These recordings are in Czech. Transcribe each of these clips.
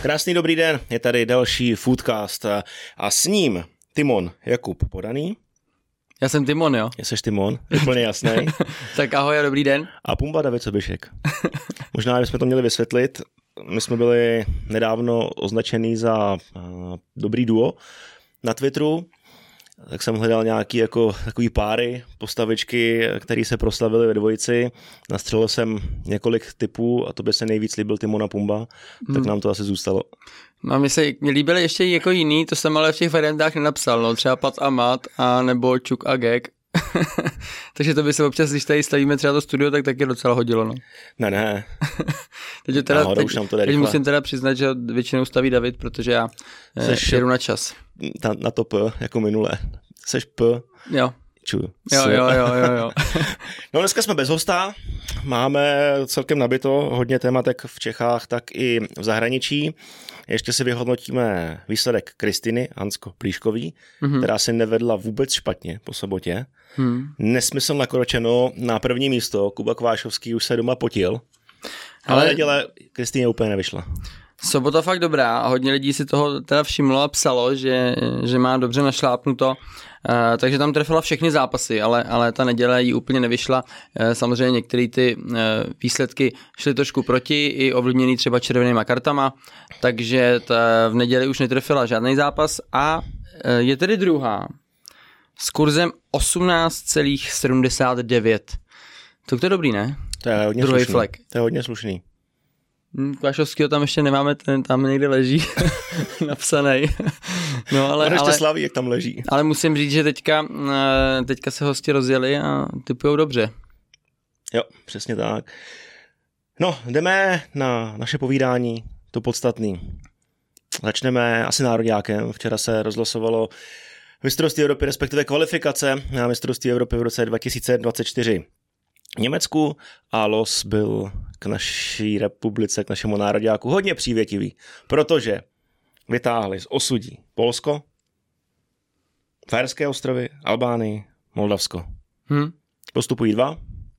Krásný dobrý den, je tady další Foodcast a s ním Timon Jakub Podaný. Já jsem Timon, jo. Jseš Timon, úplně jasný. Tak ahoj a dobrý den. A Pumba David Sobišek. Možná bychom to měli vysvětlit. My jsme byli nedávno označený za dobrý duo na Twitteru, tak jsem hledal nějaký jako takový páry, postavičky, které se proslavily ve dvojici. Nastřelil jsem několik typů a to by se nejvíc líbil Timon a Pumba, tak nám to asi zůstalo. No, mě líbily ještě jako jiný, to jsem ale v těch variantách nenapsal, no, třeba Pat a Mat, a nebo Čuk a Gek. Takže to by se občas, když tady stavíme třeba to studio, tak taky docela hodilo, no. Ne. teď musím teda přiznat, že většinou staví David, protože já jedu na čas. Na to P, jako minule. Seš P. Jo. Čuju. Jo. No dneska jsme bez hosta, máme celkem nabito hodně témat jak v Čechách, tak i v zahraničí. Ještě si vyhodnotíme výsledek Kristiny Hansko-Plíškový, která si nevedla vůbec špatně po sobotě. Nesmysl nakročeno na první místo, Kuba Kvášovský už se doma potil, ale neděle Kristýně úplně nevyšla. Sobota fakt dobrá a hodně lidí si toho teda všimlo a psalo, že má dobře našlápnuto, takže tam trefila všechny zápasy, ale ta neděle jí úplně nevyšla. Samozřejmě některé ty výsledky šly trošku proti, i ovlivněný třeba červenýma kartama, takže v neděli už netrefila žádný zápas a je tedy druhá s kurzem 18,79. To je dobrý, ne? To je hodně druhý slušný. flag. To je hodně slušný. Kvašovskýho tam ještě nemáme, ten tam někde leží napsaný. No, ale ještě slaví, jak tam leží. Ale musím říct, že teďka se hosti rozjeli a typujou dobře. Jo, přesně tak. No, jdeme na naše povídání, to podstatný. Začneme asi národňákem. Včera se rozlosovalo mistrovství Evropy, respektive kvalifikace na mistrovství Evropy v roce 2024 v Německu a los byl k naší republice, k našemu národňáku hodně přívětivý, protože vytáhli z osudí Polsko, Faerské ostrovy, Albánii, Moldavsko. Postupují 2.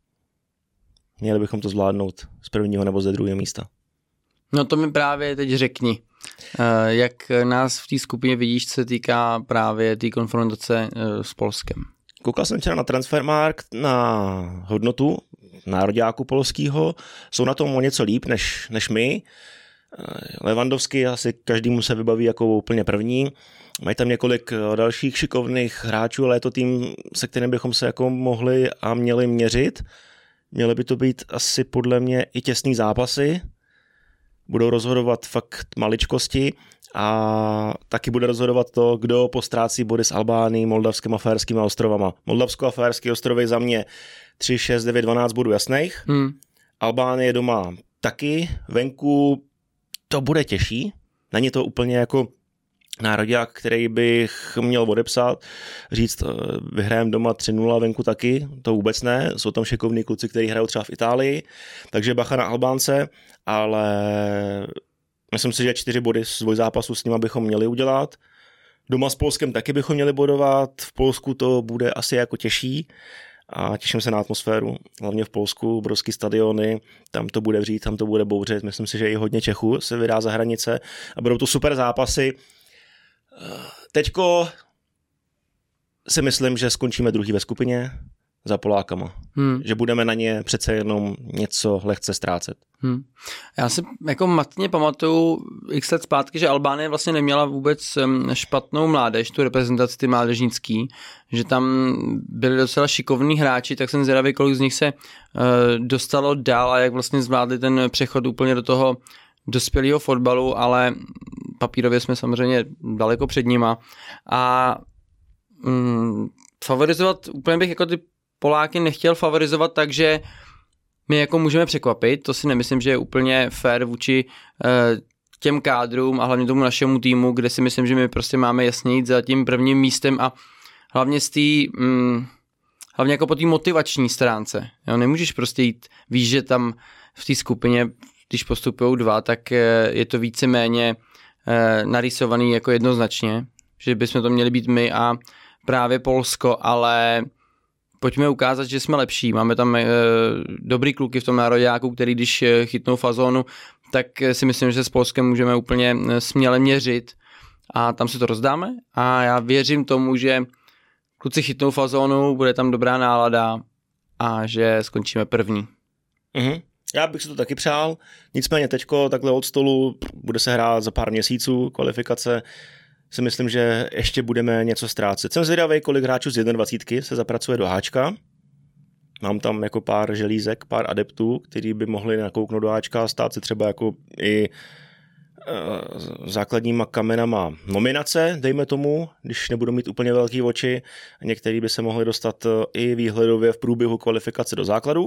Měli bychom to zvládnout z prvního nebo ze druhého místa. No to mi právě teď řekni. Jak nás v té skupině vidíš, co se týká právě té konfrontace s Polskem? Koukal jsem včera na Transfermarkt na hodnotu nároďáku polského. Jsou na tom o něco líp než my. Lewandowski asi každému se vybaví jako úplně první. Mají tam několik dalších šikovných hráčů, ale je to tým, se kterým bychom se jako mohli a měli měřit. Měly by to být asi podle mě i těsný zápasy. Budou rozhodovat fakt maličkosti a taky bude rozhodovat to, kdo postrácí body s Albánií, Moldavským a Faerskými ostrovama. Moldavsko a Faerské ostrovy za mě 3, 6, 9, 12 bodů jasných. Albánie doma taky, venku to bude těžší. Není to úplně jako nároďák, který bych měl odepsat, říct, vyhrajeme doma 3-0, venku taky, to vůbec ne. Jsou tam šikovní kluci, kteří hrajou třeba v Itálii, takže bacha na Albánce, ale myslím si, že 4 body z dvojzápasu s nima bychom měli udělat. Doma s Polskem taky bychom měli bodovat, v Polsku to bude asi jako těžší a těším se na atmosféru, hlavně v Polsku, obrovský stadiony, tam to bude vřít, tam to bude bouřit, myslím si, že i hodně Čechů se vydá za hranice a budou to super zápasy. Teďko si myslím, že skončíme druhý ve skupině za Polákama. Že budeme na ně přece jenom něco lehce ztrácet. Já si jako matně pamatuju x let zpátky, že Albánie vlastně neměla vůbec špatnou mládež, tu reprezentaci ty mládežnický, že tam byli docela šikovní hráči, tak jsem zvědavý, kolik z nich se dostalo dál a jak vlastně zvládli ten přechod úplně do toho dospělého fotbalu, ale papírově jsme samozřejmě daleko před nima a favorizovat, úplně bych jako ty Poláky nechtěl favorizovat, takže my jako můžeme překvapit, to si nemyslím, že je úplně fair vůči těm kádrům a hlavně tomu našemu týmu, kde si myslím, že my prostě máme jasně jít za tím prvním místem a hlavně hlavně jako po té motivační stránce. Jo, nemůžeš prostě jít, víš, že tam v té skupině, když postupují 2, tak je to víceméně narysovaný jako jednoznačně, že bychom to měli být my a právě Polsko, ale pojďme ukázat, že jsme lepší. Máme tam dobrý kluky v tom nároďáku, který když chytnou fazónu, tak si myslím, že s Polskem můžeme úplně směle měřit a tam si to rozdáme a já věřím tomu, že kluci chytnou fazónu, bude tam dobrá nálada a že skončíme první. Já bych si to taky přál, nicméně teďko takhle od stolu bude se hrát za pár měsíců kvalifikace, si myslím, že ještě budeme něco ztrácet. Jsem zvědavý, kolik hráčů z 21 se zapracuje do háčka. Mám tam jako pár želízek, pár adeptů, kteří by mohli nakouknout do háčka a stát se třeba jako i základníma kamenama nominace, dejme tomu, když nebudou mít úplně velký oči. Některý by se mohli dostat i výhledově v průběhu kvalifikace do základu.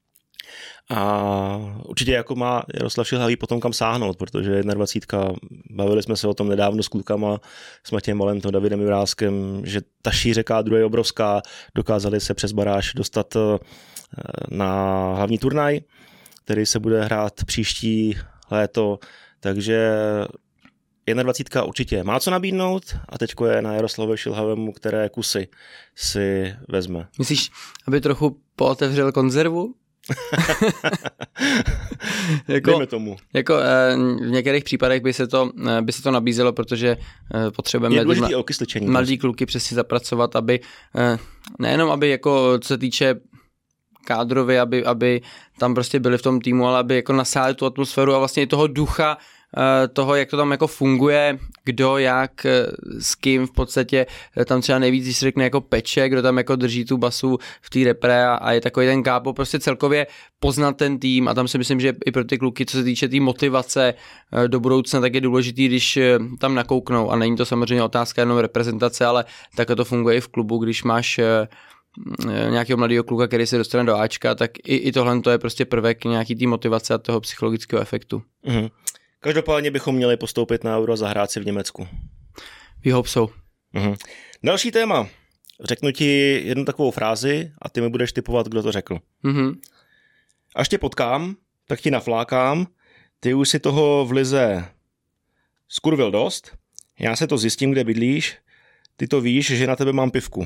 A určitě jako má Jaroslav Šilhavý potom kam sáhnout, protože 21. Bavili jsme se o tom nedávno s klukama, s Matějem Valentou, Davidem Juráskem, že ta šíře kádru je obrovská, dokázali se přes baráž dostat na hlavní turnaj, který se bude hrát příští léto, takže 21. určitě má co nabídnout a teďko je na Jaroslavu Šilhavému, které kusy si vezme. Myslíš, aby trochu pootevřel konzervu? Dejme tomu. V některých případech by se to nabízelo, protože potřebujeme mladí kluky přesně zapracovat, aby nejenom aby jako co se týče kádrově, aby tam prostě byli v tom týmu, ale aby jako nasáli tu atmosféru a vlastně i toho ducha, toho, jak to tam jako funguje, kdo, jak, s kým v podstatě tam třeba nejvíc, když se řekne jako peče, kdo tam jako drží tu basu v té repre a je takový ten kápo, prostě celkově poznat ten tým a tam si myslím, že i pro ty kluky, co se týče té motivace do budoucna, tak je důležitý, když tam nakouknou a není to samozřejmě otázka jenom reprezentace, ale tak to funguje i v klubu, když máš nějakého mladého kluka, který se dostane do Ačka, tak i tohle to je prostě prvek nějaký té motivace a toho psychologického efektu. Každopádně bychom měli postoupit na Euro a zahrát si v Německu. We hope so. Další téma. Řeknu ti jednu takovou frázi a ty mi budeš tipovat, kdo to řekl. Až tě potkám, tak ti naflákám, ty už si toho v lize skurvil dost, já se to zjistím, kde bydlíš, ty to víš, že na tebe mám pivku.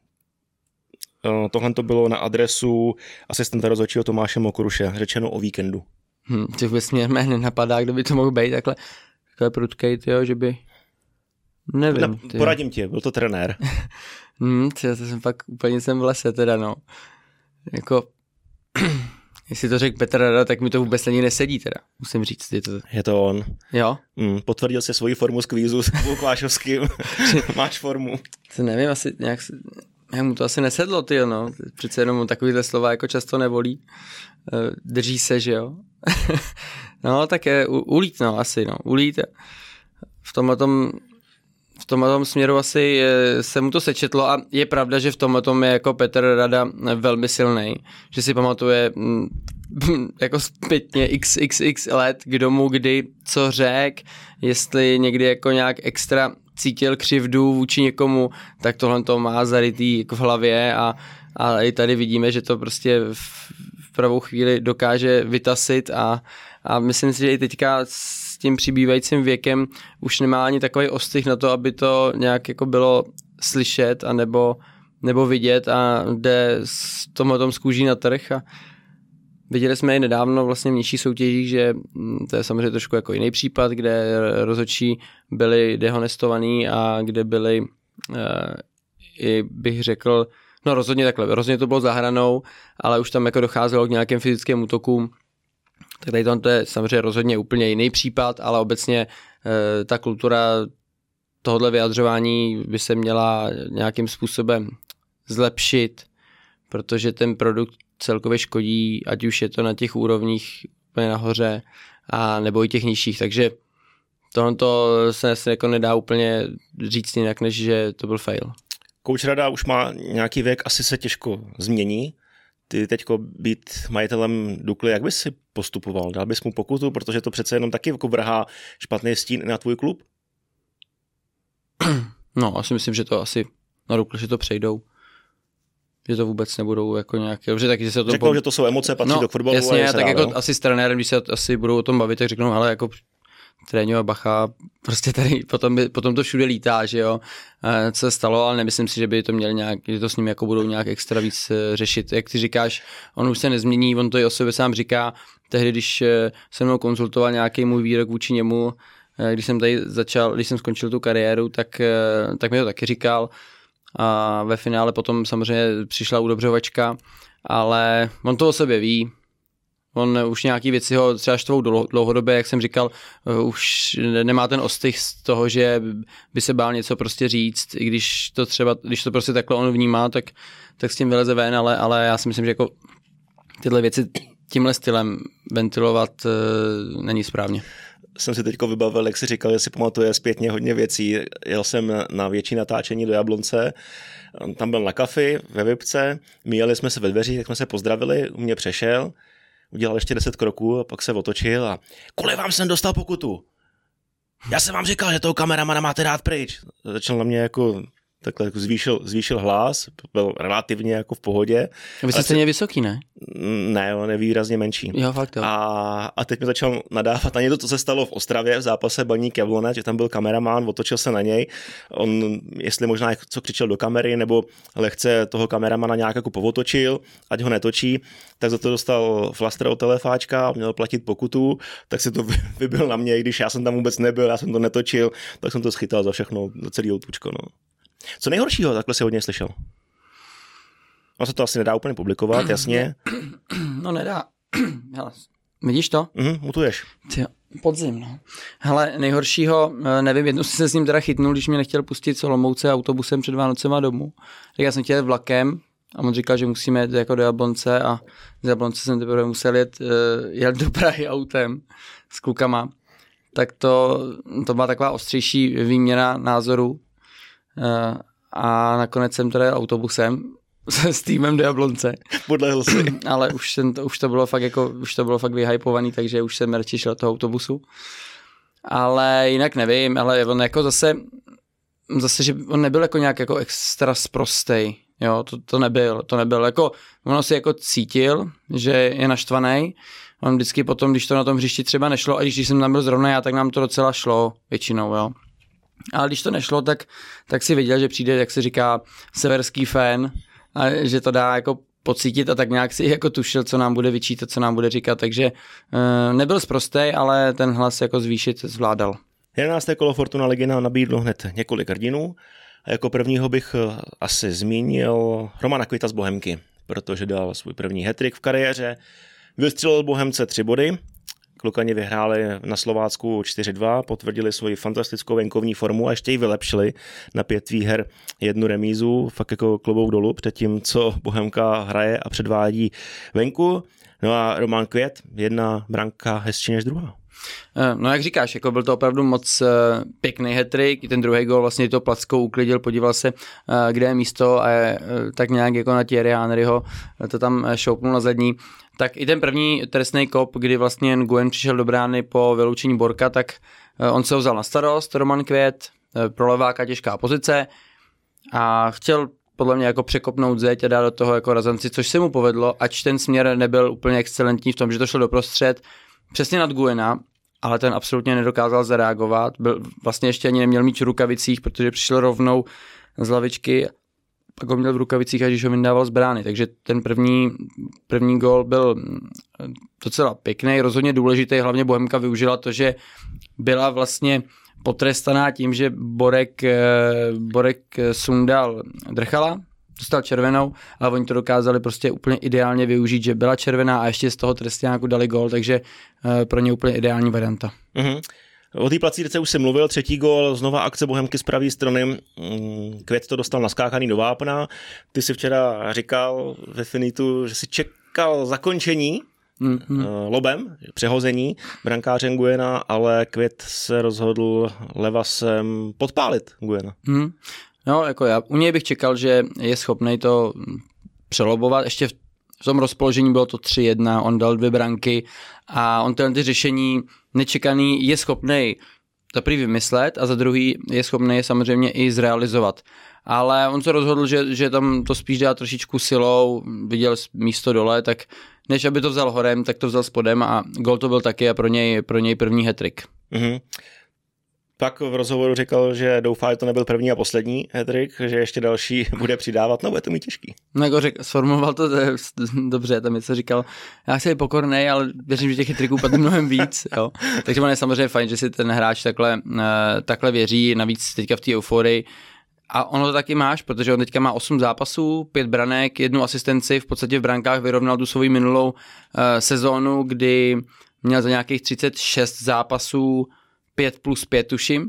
Tohle to bylo na adresu asistenta rozhodčího Tomáše Mokuruše, řečeno o víkendu. Těch vůbec mě nenapadá, kdo by to mohl být takhle prudkej, tyjo, že by... Nevím. Poradím ti, byl to trenér. To jsem fakt úplně v lese teda, no. Jako, jestli to řekl Petr Rada, tak mi to vůbec ani nesedí teda, musím říct. Je to on. Jo? Potvrdil si svoji formu z kvízu s Kvášovským. Máš formu. To nevím, asi nějak mu to asi nesedlo, tyjo, no. Přece jenom takovýhle slova jako často nevolí. Drží se, že jo. No, tak je ulít, no, asi, no, ulít. V tomhle směru asi se mu to sečetlo a je pravda, že v tomhle je jako Petr Rada velmi silnej, že si pamatuje jako zpětně xxx let, kdo mu kdy co řek, jestli někdy jako nějak extra cítil křivdu vůči někomu, tak tohle to má zarytý jako v hlavě a i tady vidíme, že to prostě v pravou chvíli dokáže vytasit a myslím si, že i teďka s tím přibývajícím věkem už nemá ani takový ostych na to, aby to nějak jako bylo slyšet a nebo vidět a jde s tomhletom z kůží na trh a viděli jsme i nedávno vlastně v nižších soutěžích, že to je samozřejmě trošku jako jiný případ, kde rozhodčí byli dehonestovaní a kde byli, i bych řekl, no rozhodně takhle, rozhodně to bylo za hranou, ale už tam jako docházelo k nějakým fyzickým útokům, tak tady to je samozřejmě rozhodně úplně jiný případ, ale obecně ta kultura tohohle vyjadřování by se měla nějakým způsobem zlepšit, protože ten produkt celkově škodí, ať už je to na těch úrovních úplně nahoře a nebo i těch nižších, takže tohle se jako nedá úplně říct jinak, než že to byl fail. Kouč Rada už má nějaký věk, asi se těžko změní. Ty teďko být majitelem Dukly, jak bys si postupoval? Dal bys mu pokutu, protože to přece jenom taky jako vrhá špatný stín na tvůj klub? No, asi myslím, že to asi na Dukle, že to přejdou. Že to vůbec nebudou jako nějaké... Dobře, tak se to řeknou, že to jsou emoce, patří do fotbalu. Jasně, tak jako asi s trenérem, když se asi budou o tom bavit, tak řeknou, ale jako Tréňo bacha, prostě tady potom to všude lítá, že jo, co se stalo, ale nemyslím si, že by to měli nějak, že to s ním jako budou nějak extra víc řešit. Jak ty říkáš, on už se nezmění, on to i o sobě sám říká, tehdy, když se mnou konzultoval nějaký můj výrok vůči němu, když jsem skončil tu kariéru, tak mi to taky říkal a ve finále potom samozřejmě přišla udobřovačka, ale on to o sobě ví. On už nějaký věci ho třeba štvou dlouhodobě, jak jsem říkal, už nemá ten ostych z toho, že by se bál něco prostě říct, i když to prostě takhle on vnímá, tak s tím vyleze ven, ale já si myslím, že jako tyhle věci tímhle stylem ventilovat není správně. Jsem si teďko vybavil, jak jsi říkal, že si pamatuje zpětně hodně věcí. Jel jsem na větší natáčení do Jablonce, tam byl na kafi ve Vipce, míjeli jsme se ve dveřích, tak jsme se pozdravili, u mě přešel, udělal ještě 10 kroků a pak se otočil a kolik vám jsem dostal pokutu? Já jsem vám říkal, že toho kameramana máte dát pryč. Začal na mě jako takhle jako zvýšil hlas, byl relativně jako v pohodě. A vy jste stejně vysoký, ne? Ne, on je výrazně menší. Jo, fakt jo. A teď mi začal nadávat na něco, co se stalo v Ostravě v zápase Baník Jablonec, že tam byl kameraman, otočil se na něj. On, jestli možná co křičel do kamery, nebo lehce toho kameramana nějak jako povotočil, ať ho netočí, tak za to dostal flaster od telefáčka, měl platit pokutu, tak se to vybil na mě, i když já jsem tam vůbec nebyl, já jsem to netočil, tak jsem to schytal za všechno, za celý otučko, no. Co nejhoršího, takhle si hodně slyšel. No se to asi nedá úplně publikovat, jasně. No nedá. Hele, vidíš to? Mutuješ. Podzim, no. Hele, nejhoršího, nevím, jednou jsem se s ním teda chytnul, když mě nechtěl pustit z Olomouce autobusem před Vánocema domů. Tak já jsem chtěl vlakem a on říkal, že musíme jet jako do Jablonce a z Jablonce jsem teprve musel jet do Prahy autem s klukama. Tak to byla taková ostřejší výměna názorů. A nakonec jsem teda autobusem s týmem do Jablonce. Podlehl si. Ale už to bylo fakt vyhypovaný, takže už jsem radši šel do toho autobusu. Ale jinak nevím, ale on jako zase, že on nebyl jako nějak jako extra sprostej. Jo, to nebyl. Jako, ono si jako cítil, že je naštvaný. On vždycky potom, když to na tom hřišti třeba nešlo, a když jsem tam byl zrovna já, tak nám to docela šlo většinou, jo. Ale když to nešlo, tak si viděl, že přijde, jak se říká, severský fan a že to dá jako pocítit a tak nějak si jako tušil, co nám bude vyčítat, co nám bude říkat, takže nebyl sprostej, ale ten hlas jako zvýšit zvládal. 11. kolo Fortuna Ligy nám nabídlo hned několik hrdinů a jako prvního bych asi zmínil Romana Květa z Bohemky, protože dal svůj první hat-trick v kariéře, vystřelil Bohemce 3 body, Klukani vyhráli na Slovácku 4-2, potvrdili svoji fantastickou venkovní formu a ještě ji vylepšili na 5 výher, 1 remízu, fakt jako klobouk dolů před tím, co Bohemka hraje a předvádí venku. No a Roman Květ, 1 branka hezčí než druhá. No jak říkáš, jako byl to opravdu moc pěkný hat-trick, ten druhý gól vlastně to plackou uklidil, podíval se, kde je místo a tak nějak jako na Thierry Henryho to tam šoupnul na zadní. Tak i ten první trestný kop, kdy vlastně Nguyen přišel do brány po vyloučení Borka, tak on se ho vzal na starost, Roman Květ, pro leváka těžká pozice a chtěl podle mě jako překopnout zeď a dát do toho jako razanci, což se mu povedlo, ač ten směr nebyl úplně excelentní v tom, že to šlo doprostřed, přesně nad Nguyena, ale ten absolutně nedokázal zareagovat, vlastně ještě ani neměl míč v rukavicích, protože přišel rovnou z lavičky, pak ho měl v rukavicích, až když ho vyndával z brány, takže ten první gól byl docela pěkný, rozhodně důležitý, hlavně Bohemka využila to, že byla vlastně potrestaná tím, že Borek sundal Drchala, dostal červenou, ale oni to dokázali prostě úplně ideálně využít, že byla červená a ještě z toho trestňáku dali gól, takže pro ně úplně ideální varianta. Mm-hmm. O té placírce už jsem mluvil, 3. gól, znova akce Bohemky z pravé strany, Květ to dostal naskákaný do vápna, ty si včera říkal ve finitu, že si čekal zakončení lobem, přehození brankářem Nguyena, ale Květ se rozhodl levasem podpálit Nguyena. No, jako já u něj bych čekal, že je schopný to přelobovat, ještě v tom rozpoložení bylo to 3-1, on dal 2 branky a on ty řešení nečekaný je schopný za prvý vymyslet a za druhý je schopný je samozřejmě i zrealizovat. Ale on se rozhodl, že tam to spíš dá trošičku silou, viděl místo dole, tak než aby to vzal horem, tak to vzal spodem a gol to byl taky a pro něj první hat-trick. Mm-hmm. Pak v rozhovoru říkal, že doufá, že to nebyl první a poslední hat-trick, že ještě další bude přidávat, no bude to mít těžký. No jako sformuloval to dobře, tam něco říkal, já jsem pokornej, ale věřím, že těch hat-tricků padne mnohem víc. Jo. Takže on je samozřejmě fajn, že si ten hráč takhle věří, navíc teďka v té euforii. A ono to taky máš, protože on teďka má 8 zápasů, 5 branek, 1 asistenci, v podstatě v brankách vyrovnal tu svoji minulou sezónu, kdy měl za nějakých 36 zápasů 5+5 tuším,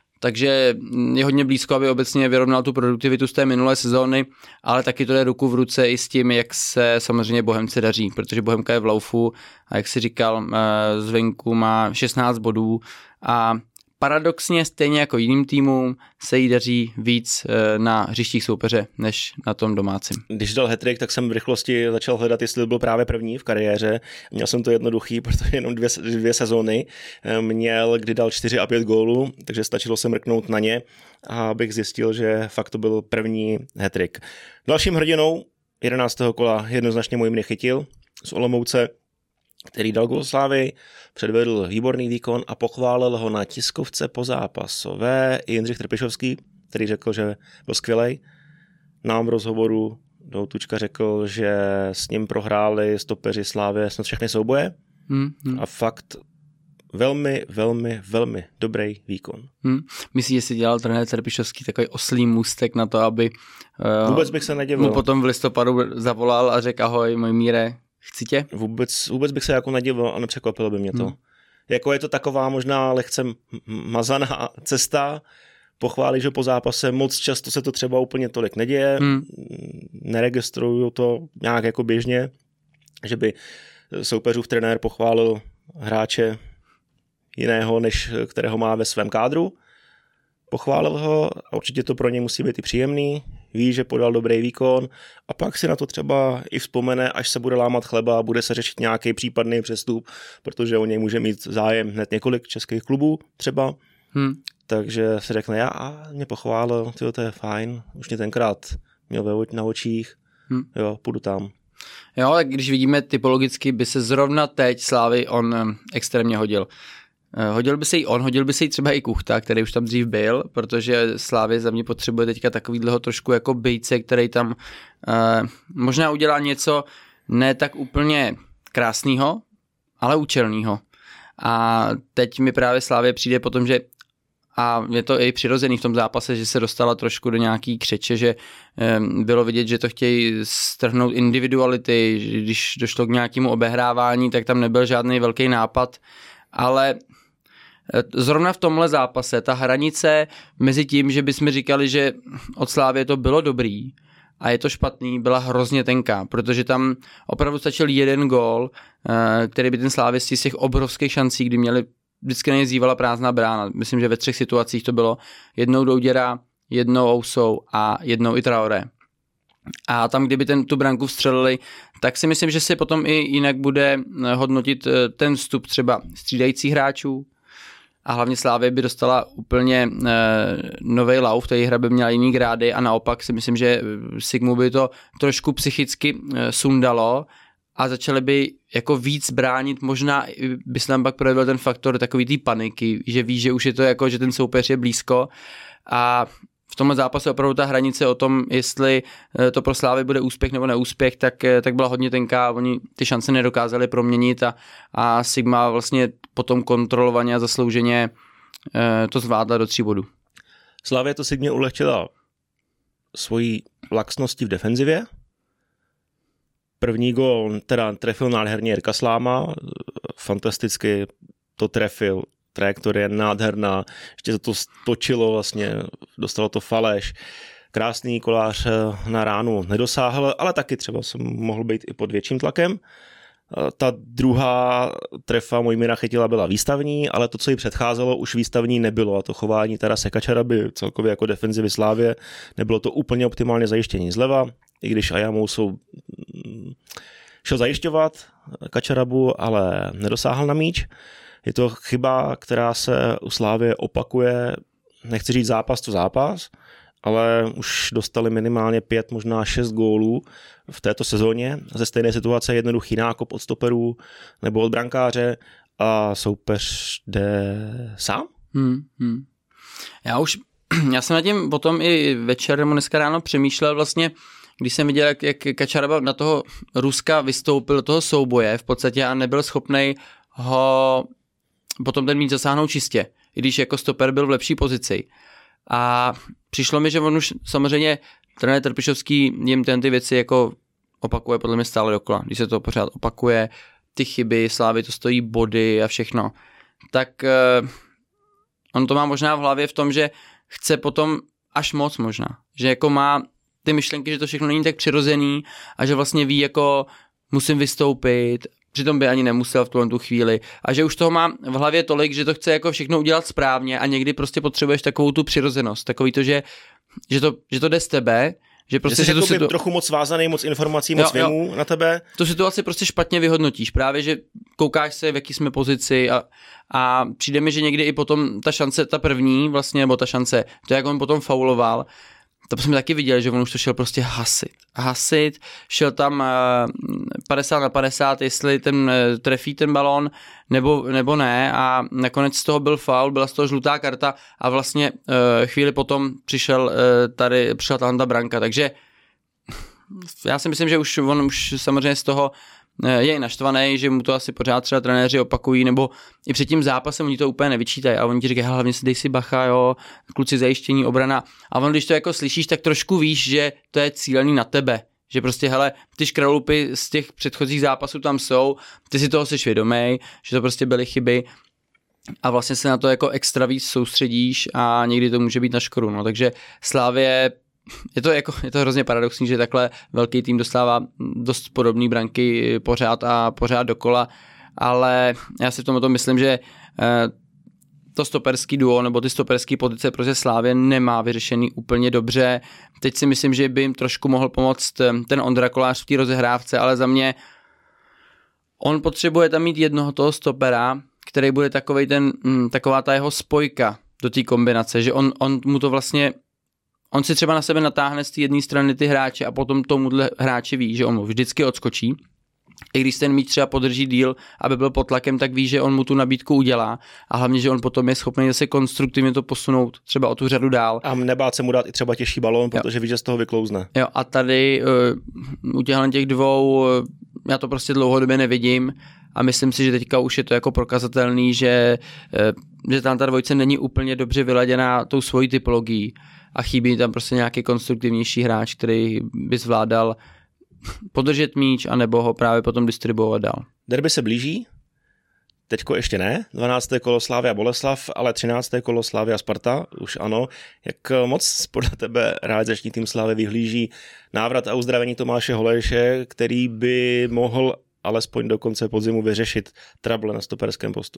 takže je hodně blízko, aby obecně vyrovnal tu produktivitu z té minulé sezóny, ale taky to jde ruku v ruce i s tím, jak se samozřejmě Bohemce daří, protože Bohemka je v laufu a jak si říkal, zvenku má 16 bodů a paradoxně stejně jako jiným týmům se jí daří víc na hřištích soupeře, než na tom domácím. Když dal hat-trick, tak jsem v rychlosti začal hledat, jestli byl právě první v kariéře. Měl jsem to jednoduchý, protože jenom dvě sezóny měl, kdy dal 4 a 5 gólů, takže stačilo se mrknout na ně, abych zjistil, že fakt to byl první hat-trick. Dalším hrdinou 11. kola jednoznačně můj mě chytil z Olomouce, který dal gól Slávy, předvedl výborný výkon a pochválil ho na tiskovce pozápasové i Jindřich Trpišovský, který řekl, že byl skvělej. Nám v rozhovoru do Tučka řekl, že s ním prohráli stopeři Slávy snad všechny souboje a fakt velmi, velmi, velmi dobrý výkon. Myslíš, že si dělal trenér Trpišovský takový oslý můstek na to, aby vůbec bych se nedivil. Mu potom v listopadu zavolal a řekl ahoj, můj Míre, chci tě? Vůbec bych se jako nedivil a nepřekvapilo by mě to. Jako je to taková možná lehce mazaná cesta, pochválíš ho po zápase, moc často se to třeba úplně tolik neděje, neregistruju to nějak jako běžně, že by soupeřův trenér pochválil hráče jiného, než kterého má ve svém kádru. Pochválil ho a určitě to pro něj musí být i příjemný, ví, že podal dobrý výkon a pak si na to třeba i vzpomene, až se bude lámat chleba a bude se řešit nějaký případný přestup, protože o něj může mít zájem hned několik českých klubů třeba. Takže si řekne, já mě pochválil, to je fajn, už mě tenkrát měl na očích, jo, půjdu tam. Jo, tak když vidíme typologicky, by se zrovna teď Slávy on extrémně hodil. Hodil by se jí třeba i Kuchta, který už tam dřív byl, protože Slávě za mě potřebuje teďka takovýhleho trošku jako bejce, který tam možná udělá něco ne tak úplně krásného, ale účelného. A teď mi právě Slávě přijde potom, že a je to i přirozený v tom zápase, že se dostala trošku do nějaký křeče, že bylo vidět, že to chtějí strhnout individuality, že když došlo k nějakému obehrávání, tak tam nebyl žádný velký nápad, ale zrovna v tomhle zápase ta hranice mezi tím, že bychom říkali, že od Slávy to bylo dobrý a je to špatný, byla hrozně tenká, protože tam opravdu stačil jeden gól, který by ten Slávisti z těch obrovských šancí, kdy měli vždycky nejezdívala prázdná brána. Myslím, že ve 3 situacích to bylo jednou Douděra, jednou Ousou a jednou i Traoré. A tam, kdyby tu branku vstřelili, tak si myslím, že se potom i jinak bude hodnotit ten vstup třeba střídajících hráčů a hlavně Slávě by dostala úplně novej lauf, ta hra by měla jiný grády a naopak si myslím, že Sigmu by to trošku psychicky sundalo a začali by jako víc bránit, možná by se tam pak projevil ten faktor takový té paniky, že víš, že už je to jako, že ten soupeř je blízko a v tomhle zápase opravdu ta hranice o tom, jestli to pro Slávy bude úspěch nebo neúspěch, tak byla hodně tenká, oni ty šance nedokázali proměnit a Sigma vlastně potom kontrolovaně a zaslouženě to zvládla do 3 bodů. Slávě to Sigmě ulehčila svojí laxností v defenzivě. První gól teda trefil nádherně Jirka Sláma, fantasticky to trefil, trajektorie nádherná, ještě to točilo vlastně, dostalo to faleš, krásný Kolář na ránu nedosáhl, ale taky třeba jsem mohl být i pod větším tlakem. Ta druhá trefa Mojmíra Chytila byla výstavní, ale to, co jí předcházelo, už výstavní nebylo a to chování Tarase Kačara by celkově jako defenzivy Slávě nebylo to úplně optimálně zajištění zleva, i když Ajamou jsou šel zajišťovat Kačarabu, ale nedosáhl na míč. Je to chyba, která se u Slávie opakuje, nechci říct zápas to zápas, ale už dostali minimálně 5, možná 6 gólů v této sezóně. Ze stejné situace jednoduchý nákop od stoperů nebo od brankáře a soupeř jde sám. Já jsem nad tím potom i večer nebo dneska ráno přemýšlel vlastně, když jsem viděl, jak Kačaraba na toho Ruska vystoupil do toho souboje v podstatě a nebyl schopnej ho potom ten míč zasáhnout čistě, i když jako stoper byl v lepší pozici. A přišlo mi, že on už samozřejmě trenér Trpišovský jim ty věci jako opakuje podle mě stále dokola. Když se to pořád opakuje, ty chyby, Slávy to stojí body a všechno, tak on to má možná v hlavě v tom, že chce potom až moc možná. Že jako má ty myšlenky, že to všechno není tak přirozený a že vlastně ví jako musím vystoupit, přitom by ani nemusel v tu chvíli a že už toho má v hlavě tolik, že to chce jako všechno udělat správně a někdy prostě potřebuješ takovou tu přirozenost, takový to, že to jde z tebe, že prostě že jsi trochu moc vázaný, moc informací, moc věmů na tebe. Tu situaci prostě špatně vyhodnotíš, právě že koukáš se, v jaký jsme pozici a přijde mi, že někdy i potom ta šance, ta první vlastně, nebo ta šance, to jak on potom fauloval, to jsme taky viděli, že on už to šel prostě hasit, šel tam 50-50, jestli trefí ten balón nebo ne a nakonec z toho byl faul, byla z toho žlutá karta a vlastně chvíli potom přišla ta branka, takže já si myslím, že on už samozřejmě z toho je naštvaný, že mu to asi pořád třeba trenéři opakují, nebo i před tím zápasem oni to úplně nevyčítají a oni ti říkají, hlavně si dej si bacha, jo, kluci zajištění, obrana. A on, když to jako slyšíš, tak trošku víš, že to je cílený na tebe. Že prostě, hele, ty škralupy z těch předchozích zápasů tam jsou, ty si toho jsi vědomej, že to prostě byly chyby a vlastně se na to jako extra víc soustředíš a někdy to může být na škodu. No. Takže Slávie je to hrozně paradoxní, že takhle velký tým dostává dost podobné branky pořád dokola, ale já si v tomto myslím, že to stoperský duo nebo ty stoperský pozice prostě Slávě nemá vyřešený úplně dobře. Teď si myslím, že by jim trošku mohl pomoct ten Ondra Kolář v té rozehrávce, ale za mě on potřebuje tam mít jednoho toho stopera, který bude taková ta jeho spojka do té kombinace, že on mu to vlastně on si třeba na sebe natáhne z té jedné strany ty hráče a potom tomuhle hráči ví, že on mu vždycky odskočí. I když ten míč třeba podrží díl, aby byl pod tlakem, tak ví, že on mu tu nabídku udělá a hlavně, že on potom je schopný zase konstruktivně to posunout třeba o tu řadu dál. A nebát se mu dát i třeba těžší balón, protože ví, že z toho vyklouzne. Jo, a tady u těch dvou já to prostě dlouhodobě nevidím a myslím si, že teďka už je to jako prokazatelný, že tam ta dvojice není úplně dobře vyladěná tou svojí typologií a chybí tam prostě nějaký konstruktivnější hráč, který by zvládal podržet míč anebo ho právě potom distribuovat dál. Derby se blíží, teďko ještě ne, 12. kolo Slavia Boleslav, ale 13. kolo Slavia Sparta, už ano. Jak moc podle tebe realizační tým Slavie vyhlíží návrat a uzdravení Tomáše Holejše, který by mohl alespoň do konce podzimu vyřešit trable na stoperském postu?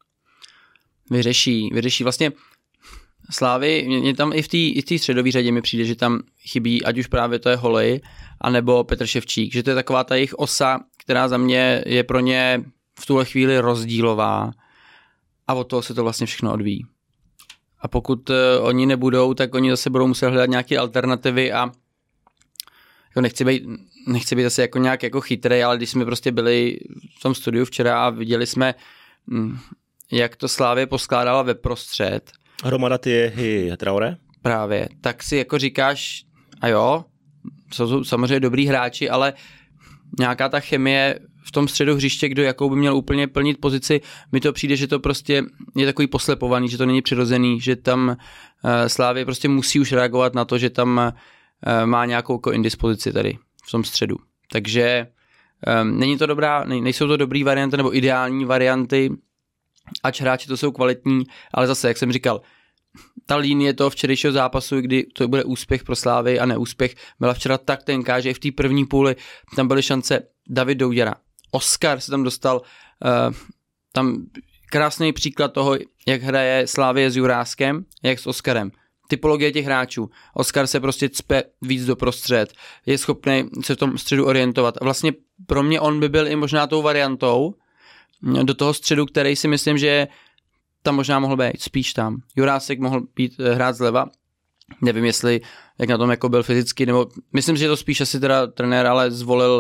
Vyřeší vlastně Slávy, mě tam i v té středové řadě mi přijde, že tam chybí, ať už právě to je Holej, anebo Petr Ševčík, že to je taková ta jejich osa, která za mě je pro ně v tuhle chvíli rozdílová a od toho se to vlastně všechno odvíjí. A pokud oni nebudou, tak oni zase budou muset hledat nějaké alternativy a jako nechci být zase jako nějak jako chytrej, ale když jsme prostě byli v tom studiu včera a viděli jsme, jak to Slávě poskládala ve prostřed, hromada Thierry Traoré? Právě, tak si jako říkáš, a jo, jsou samozřejmě dobrý hráči, ale nějaká ta chemie v tom středu hřiště, kdo jakou by měl úplně plnit pozici, mi to přijde, že to prostě je takový poslepovaný, že to není přirozený, že tam Slavia prostě musí už reagovat na to, že tam má nějakou indispozici tady v tom středu. Takže není to nejsou to dobrý varianty nebo ideální varianty, ač hráči to jsou kvalitní, ale zase, jak jsem říkal, ta linie toho včerejšího zápasu, kdy to bude úspěch pro Slávy a neúspěch, byla včera tak tenká, že i v té první půli tam byly šance David Douděra. Oskar se tam dostal, tam krásný příklad toho, jak hraje Slávie s Juráskem, jak s Oskarem. typologie těch hráčů. Oskar se prostě cpe víc doprostřed, je schopný se v tom středu orientovat. A vlastně pro mě on by byl i možná tou variantou do toho středu, který si myslím, že tam možná mohl být, spíš tam. Jurásek mohl být hrát zleva, nevím jestli, jak na tom jako byl fyzicky, nebo myslím, že to spíš asi teda trenér ale zvolil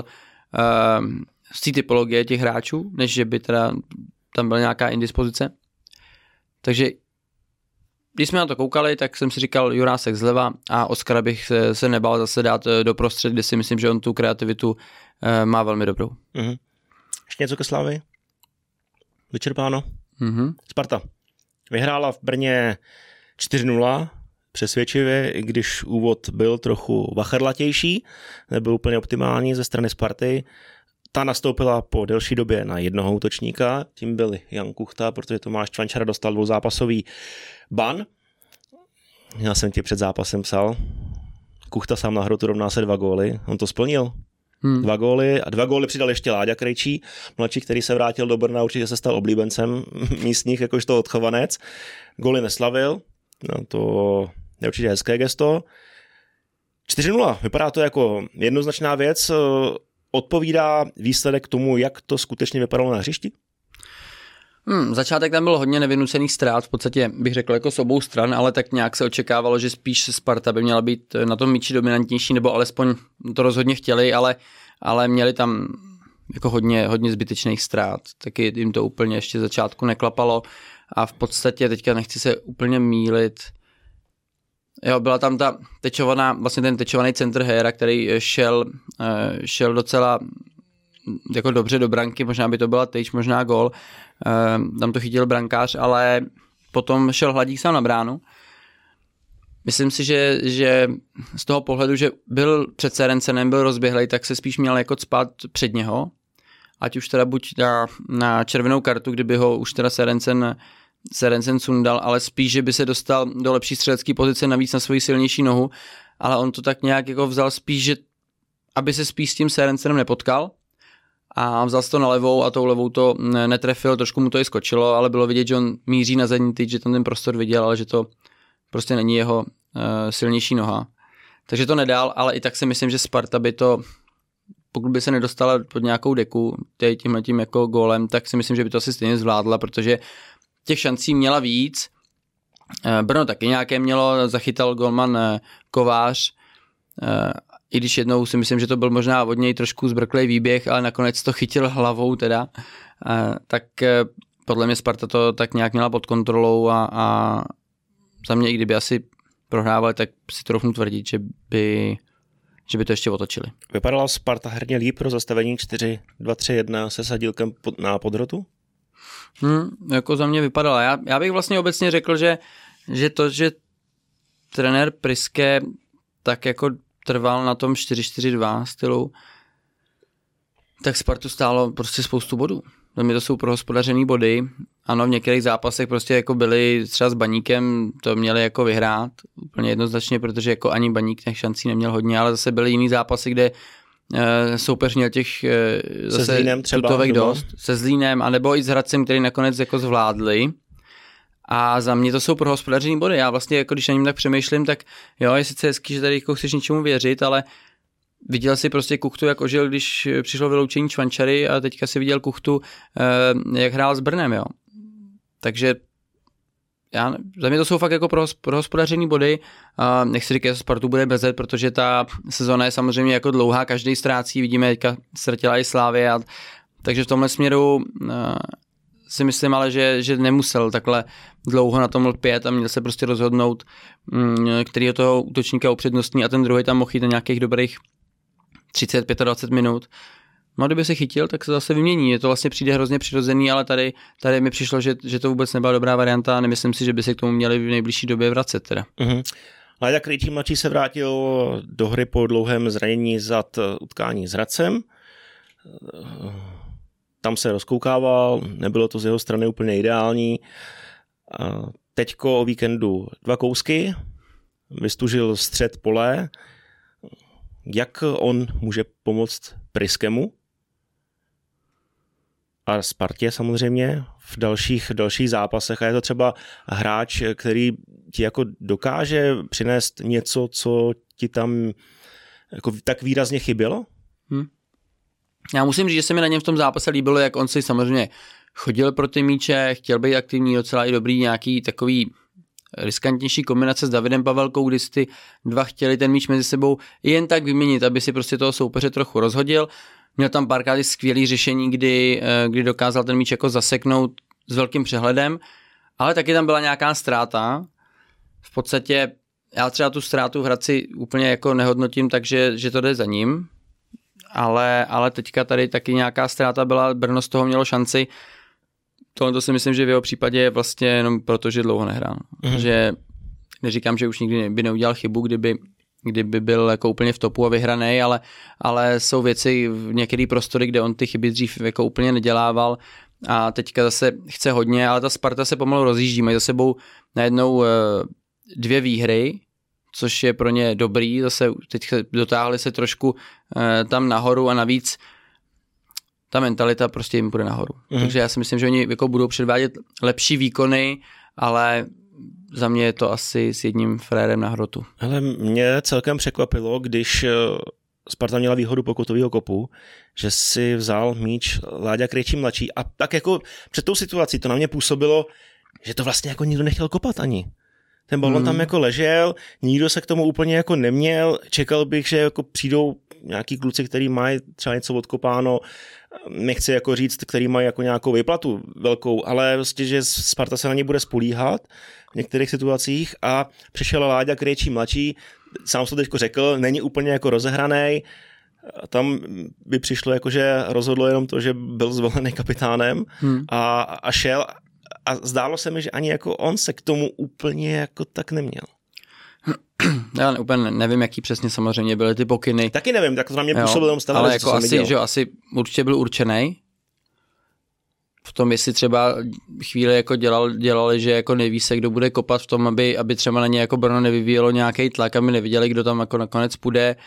z té typologie těch hráčů, než že by teda tam byla nějaká indispozice. Takže když jsme na to koukali, tak jsem si říkal Jurásek zleva a Oskara bych se nebal zase dát doprostřed, kde si myslím, že on tu kreativitu má velmi dobrou. Mm-hmm. Ještě něco ke Slavii? Vyčerpáno? Mm-hmm. Sparta vyhrála v Brně 4-0, přesvědčivě, i když úvod byl trochu vachrlatější, nebyl úplně optimální ze strany Sparty. Ta nastoupila po delší době na jednoho útočníka, tím byl Jan Kuchta, protože Tomáš Čvančara dostal dvouzápasový ban. Já jsem ti před zápasem psal, Kuchta sám na hrotu rovná se 2 góly, on to splnil. 2 góly a 2 góly přidal ještě Láďa Krejčí, mladší, který se vrátil do Brna, určitě se stal oblíbencem místních, jakožto odchovanec. Góly neslavil, no to je určitě hezké gesto. 4-0, vypadá to jako jednoznačná věc, odpovídá výsledek tomu, jak to skutečně vypadalo na hřišti? Začátek tam byl hodně nevynucených ztrát, v podstatě bych řekl jako s obou stran, ale tak nějak se očekávalo, že spíš Sparta by měla být na tom míči dominantnější, nebo alespoň to rozhodně chtěli, ale měli tam jako hodně zbytečných ztrát, taky jim to úplně ještě začátku neklapalo a v podstatě teďka nechci se úplně mýlit. Jo, byla tam ta tečovaná, vlastně ten tečovaný center Héra, který šel docela jako dobře do branky, možná by to byla tyč, možná gól, tam to chytil brankář, ale potom šel Hladík sám na bránu. Myslím si, že z toho pohledu, že byl před Serencenem, byl rozběhlej, tak se spíš měl jako cpat před něho, ať už teda buď na červenou kartu, kdyby ho už teda Serencen sundal, ale spíš, že by se dostal do lepší střelecké pozice navíc na svoji silnější nohu, ale on to tak nějak jako vzal spíš, že aby se spíš s tím Serencenem nepotkal a vzal si to na levou a tou levou to netrefil, trošku mu to i skočilo, ale bylo vidět, že on míří na zadní tyč, že tam ten prostor viděl, ale že to prostě není jeho silnější noha. Takže to nedal, ale i tak si myslím, že Sparta by to, pokud by se nedostala pod nějakou deku tímhletím jako gólem, tak si myslím, že by to asi stejně zvládla, protože těch šancí měla víc. Brno taky nějaké mělo, zachytal golman Kovář, i když jednou si myslím, že to byl možná od něj trošku zbrklej výběh, ale nakonec to chytil hlavou teda, tak podle mě Sparta to tak nějak měla pod kontrolou a za mě, i kdyby asi prohrávali, tak si trochu tvrdit, že by to ještě otočili. Vypadala Sparta herně líp pro zastavení 4-2-3-1 se Sadílkem na podrotu? Jako za mě vypadala. Já bych vlastně obecně řekl, že trenér Priske tak jako trval na tom 4-4-2 stylu, tak Spartu stálo prostě spoustu bodů. Za mě to jsou prohospodařený body. Ano, v některých zápasech prostě jako byli třeba s Baníkem, to měli jako vyhrát úplně jednoznačně, protože jako ani Baník těch šancí neměl hodně, ale zase byly jiný zápasy, kde soupeř měl těch zase tutovek dost. Se Zlínem, anebo i s Hradcem, který nakonec jako zvládli. A za mě to jsou prohospodařený body. Já vlastně, jako když na něm tak přemýšlím, tak jo, je sice hezký, že tady jako chceš něčemu věřit, ale viděl si prostě Kuchtu, jak ožil, když přišlo vyloučení Čvančary a teďka si viděl Kuchtu, jak hrál s Brnem, jo. Takže za mě to jsou fakt jako prohospodařený body. Nechci říkat, že Spartu bude bezet, protože ta sezona je samozřejmě jako dlouhá, každý ztrácí, vidíme, teďka ztratila i Slavia, takže v tomhle směru si myslím ale, že nemusel takhle dlouho na tom lpět a měl se prostě rozhodnout, který toho útočníka upřednostní a ten druhý tam mohl jít na nějakých dobrých 30-25 minut. No a kdyby se chytil, tak se zase vymění. Je to vlastně přijde hrozně přirozený, ale tady mi přišlo, že to vůbec nebyla dobrá varianta a nemyslím si, že by se k tomu měli v nejbližší době vracet teda. Láďa Krejčí mladší se vrátil do hry po dlouhém zranění zad utkání s Hradcem. Tam se rozkoukával, nebylo to z jeho strany úplně ideální. Teďko o víkendu 2 kousky, vystužil střed pole. Jak on může pomoct Priskemu a Spartě samozřejmě v dalších zápasech? A je to třeba hráč, který ti jako dokáže přinést něco, co ti tam jako tak výrazně chybělo? Já musím říct, že se mi na něm v tom zápase líbilo, jak on si samozřejmě chodil pro ty míče, chtěl být aktivní, docela i dobrý, nějaký takový riskantnější kombinace s Davidem Pavelkou, kdy si ty dva chtěli ten míč mezi sebou jen tak vyměnit, aby si prostě toho soupeře trochu rozhodil. Měl tam párkrát skvělý řešení, kdy dokázal ten míč jako zaseknout s velkým přehledem, ale taky tam byla nějaká ztráta. V podstatě já třeba tu ztrátu v Hradci úplně jako nehodnotím, takže že to jde za ním, ale teďka tady taky nějaká ztráta byla, Brno z toho mělo šanci. Tohle si myslím, že v jeho případě je vlastně jenom proto, že dlouho nehrál. Že neříkám, že už nikdy by neudělal chybu, kdyby byl jako úplně v topu a vyhranej, ale jsou věci v některé prostory, kde on ty chyby dřív jako úplně nedělával a teďka zase chce hodně, ale ta Sparta se pomalu rozjíždí, mají za sebou najednou 2 výhry, což je pro ně dobrý, zase teď dotáhli se trošku tam nahoru a navíc ta mentalita prostě jim půjde nahoru. Takže já si myslím, že oni jako budou předvádět lepší výkony, ale za mě je to asi s jedním frérem na hrotu. Ale mě celkem překvapilo, když Sparta měla výhodu pokutového kopu, že si vzal míč Láďa Krejčí mladší a tak jako před tou situací to na mě působilo, že to vlastně jako nikdo nechtěl kopat ani. Ten balon tam jako ležel, nikdo se k tomu úplně jako neměl, čekal bych, že jako přijdou nějaký kluci, který mají třeba něco odkopáno, nechci jako říct, který mají jako nějakou výplatu velkou, ale prostě, že Sparta se na ně bude spolíhat v některých situacích a přišel Láďa Krejčí mladší, sám jsem to teďko řekl, není úplně jako rozehranej, tam by přišlo jako, že rozhodlo jenom to, že byl zvolený kapitánem a šel a zdálo se mi, že ani jako on se k tomu úplně jako tak neměl. Já úplně nevím, jaký přesně samozřejmě byly ty pokyny. Taky nevím, tak to na mě působilo jenom stále. Ale jako asi určitě byl určenej. V tom, jestli třeba chvíli jako dělali, že jako neví se, kdo bude kopat v tom, aby třeba na ně jako Brno nevyvíjelo nějaký tlak, aby neviděli, kdo tam jako nakonec půjde.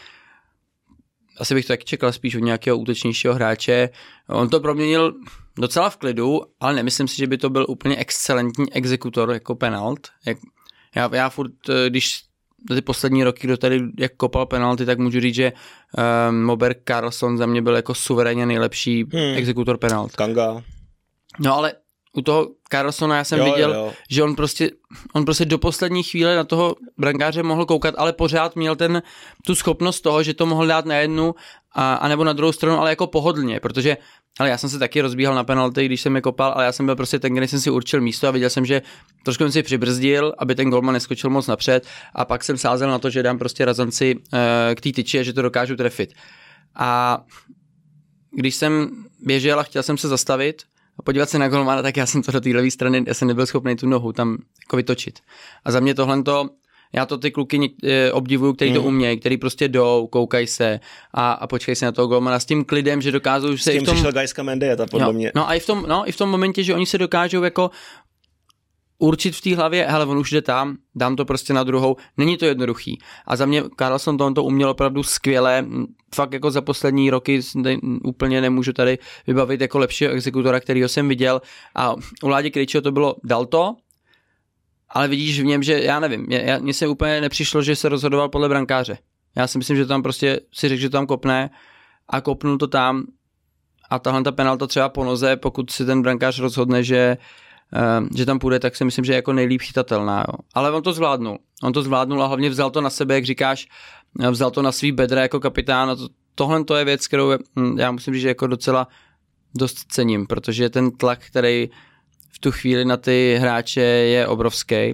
Asi bych to taky čekal spíš od nějakého útočnějšího hráče. On to proměnil docela v klidu, ale nemyslím si, že by to byl úplně excelentní exekutor jako penalt. Já furt, když ty poslední roky, kdo tady jak kopal penalty, tak můžu říct, že Moberg Karlsson za mě byl jako suverénně nejlepší exekutor penalt. Kanga. No ale u toho Karlssona já jsem viděl, že on prostě do poslední chvíle na toho brankáře mohl koukat, ale pořád měl tu schopnost toho, že to mohl dát na jednu a nebo na druhou stranu, ale jako pohodlně, protože ale já jsem se taky rozbíhal na penalty, když jsem je kopal, ale já jsem byl prostě ten, když jsem si určil místo a viděl jsem, že trošku jsem si přibrzdil, aby ten golman neskočil moc napřed a pak jsem sázel na to, že dám prostě razanci k té tyči a že to dokážu trefit. A když jsem běžel a chtěl jsem se zastavit a podívat se na golmana, tak já jsem to do té levé strany, já jsem nebyl schopný tu nohu tam jako vytočit. A za mě tohleto, já to ty kluky obdivuju, který to umějí, který prostě jdou, koukají se a počkají se na toho golmana s tím klidem, že dokážou se i v tom... přišel Gajska Mendieta, podle mě. No a i v tom momentě, že oni se dokážou jako určit v té hlavě, hele, on už jde tam, dám to prostě na druhou, není to jednoduchý. A za mě Karlsson to uměl opravdu skvěle, fakt jako za poslední roky úplně nemůžu tady vybavit jako lepšího exekutora, kterýho jsem viděl a u Ládi Krejčího to bylo, dal to, ale vidíš v něm, že já nevím, mně se úplně nepřišlo, že se rozhodoval podle brankáře. Já si myslím, že tam prostě si řekl, že tam kopne a kopnul to tam a tahle ta penalta třeba po noze, pokud si ten brankář rozhodne, že tam půjde, tak si myslím, že je jako nejlíp chytatelná. Jo. Ale on to zvládnul a hlavně vzal to na sebe, jak říkáš, vzal to na svý bedra jako kapitán a tohle to je věc, kterou já musím říct, že jako docela dost cením, protože ten tlak, který v tu chvíli na ty hráče je obrovský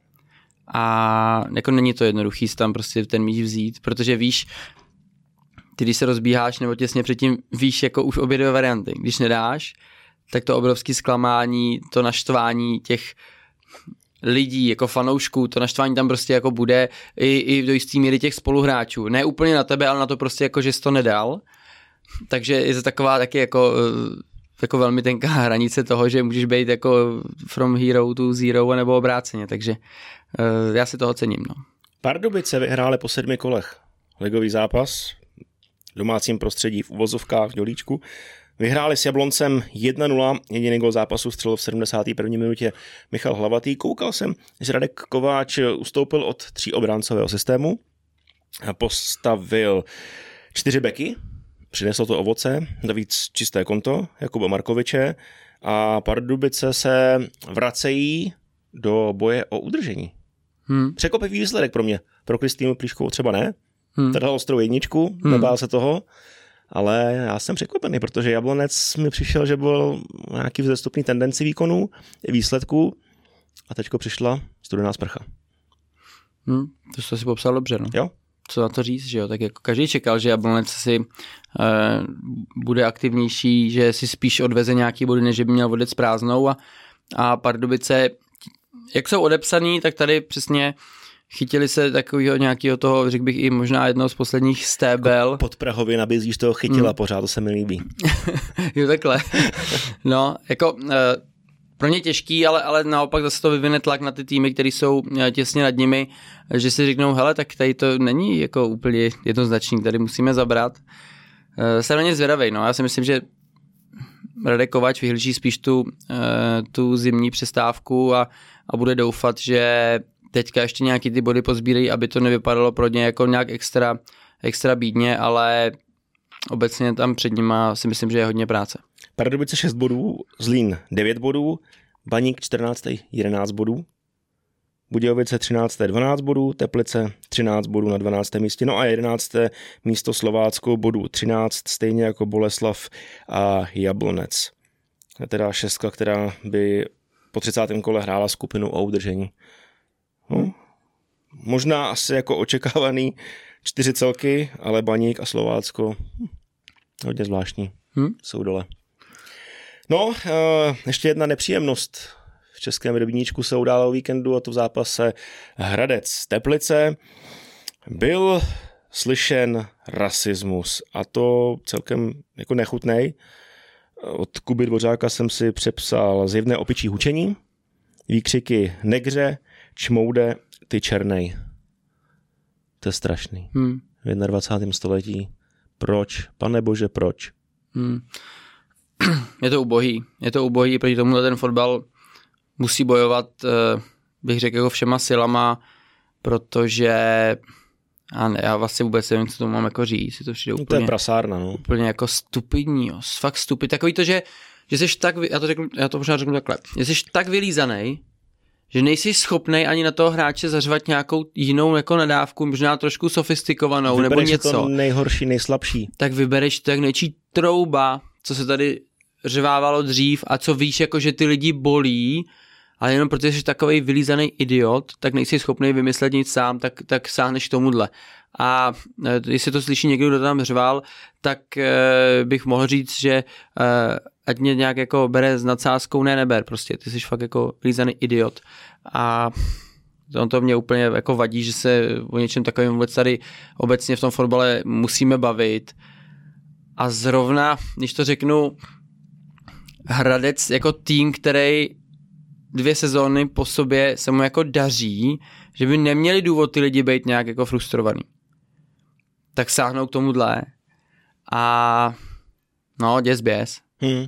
a jako není to jednoduchý si tam prostě ten míč vzít, protože víš, ty když se rozbíháš nebo těsně předtím víš jako už obě dvě varianty. Když nedáš, tak to obrovské zklamání, to naštvání těch lidí, jako fanoušků, to naštvání tam prostě jako bude i do jistý míry těch spoluhráčů. Ne úplně na tebe, ale na to prostě jako, že jsi to nedal. Takže je to taková taky jako velmi tenká hranice toho, že můžeš být jako from hero to zero nebo obráceně, takže já si toho cením. No. Pardubice vyhráli po 7 kolech ligový zápas v domácím prostředí v uvozovkách v Dělíčku. Vyhráli s Jabloncem 1-0, jediný gol zápasu střelil v 71. minutě Michal Hlavatý. Koukal jsem, že Radek Kováč ustoupil od 3 obráncového systému a postavil 4 beky, přineslo to ovoce, navíc čisté konto Jakuba Markoviče a Pardubice se vracejí do boje o udržení. Překvapivý výsledek pro mě, pro Kristýnu Plíškovou třeba ne, teda ostrou 1, nebál se toho, ale já jsem překvapený, protože Jablonec mi přišel, že byl nějaký vzestupný tendenci výkonů, výsledků a teďko přišla studená sprcha. To jsi popsal dobře, no. Jo? Co na to říct, že jo? Tak jako každý čekal, že Jablonec si bude aktivnější, že si spíš odveze nějaký body, než by měl odjet s prázdnou a Pardubice, jak jsou odepsaný, tak tady přesně chytili se takového nějakého toho, řekl bych i možná jednoho z posledních stébel. Pod Prahově nabízíš toho chytila pořád, to se mi líbí. Jo, takhle. No, jako pro ně těžký, ale naopak zase to vyvine tlak na ty týmy, které jsou těsně nad nimi, že si řeknou, hele, tak tady to není jako úplně jednoznačný, tady musíme zabrat. Jsem na ně zvědavej, no, já si myslím, že Radek Kováč vyhlíží spíš tu zimní přestávku a bude doufat, že teďka ještě nějaký ty body pozbírají, aby to nevypadalo pro ně jako nějak extra bídně, ale obecně tam před nima si myslím, že je hodně práce. Pardubice 6 bodů, Zlín 9 bodů, Baník 14. 11 bodů, Budějovice 13. 12 bodů, Teplice 13 bodů na 12. místě, no a 11. místo Slovácko bodů 13, stejně jako Boleslav a Jablonec. Je teda 6, která by po 30. kole hrála skupinu o udržení. No, možná asi jako očekávaný 4 celky, ale Baník a Slovácko hodně zvláštní. Jsou dole. No, ještě jedna nepříjemnost v českém rybníčku se udála o víkendu, a to v zápase Hradec Teplice. Byl slyšen rasismus a to celkem jako nechutnej. Od Kuby Dvořáka jsem si přepsal zjevné opičí hučení, výkřiky negře, čmoude, ty černej. To je strašný. V 21. století. Proč? Pane bože, proč? Je to ubohý, proti tomu ten fotbal musí bojovat, bych řekl, jako všema silama, protože já vlastně vůbec nevím, co tomu mám jako říct. Je to přijde úplně, to je prasárna, no. Úplně jako stupidní, jo. Fakt stupid. Takový to, že jsi tak, já to možná řeknu takhle, že jsi tak vylízanej, že nejsi schopnej ani na toho hráče zařvat nějakou jinou jako nadávku, možná trošku sofistikovanou, vybereš nebo něco. To nejhorší, nejslabší. Tak vybereš to jak nejčí trouba, co se tady řvávalo dřív a co víš, jako že ty lidi bolí, ale jenom protože jsi takovej vylízaný idiot, tak nejsi schopný vymyslet nic sám, tak sáhneš k tomuhle. A jestli to slyší někdo, kdo tam řval, tak bych mohl říct, že ať mě nějak jako bere s nadsázkou, neber, prostě ty jsi fakt jako vylízaný idiot. A on to mě úplně jako vadí, že se o něčem takovém vůbec tady obecně v tom fotbale musíme bavit. A zrovna, když to řeknu, Hradec jako tým, který 2 sezóny po sobě se mu jako daří, že by neměli důvod ty lidi být nějak jako frustrovaný. Tak sáhnou k tomuhle. A no, děs běs.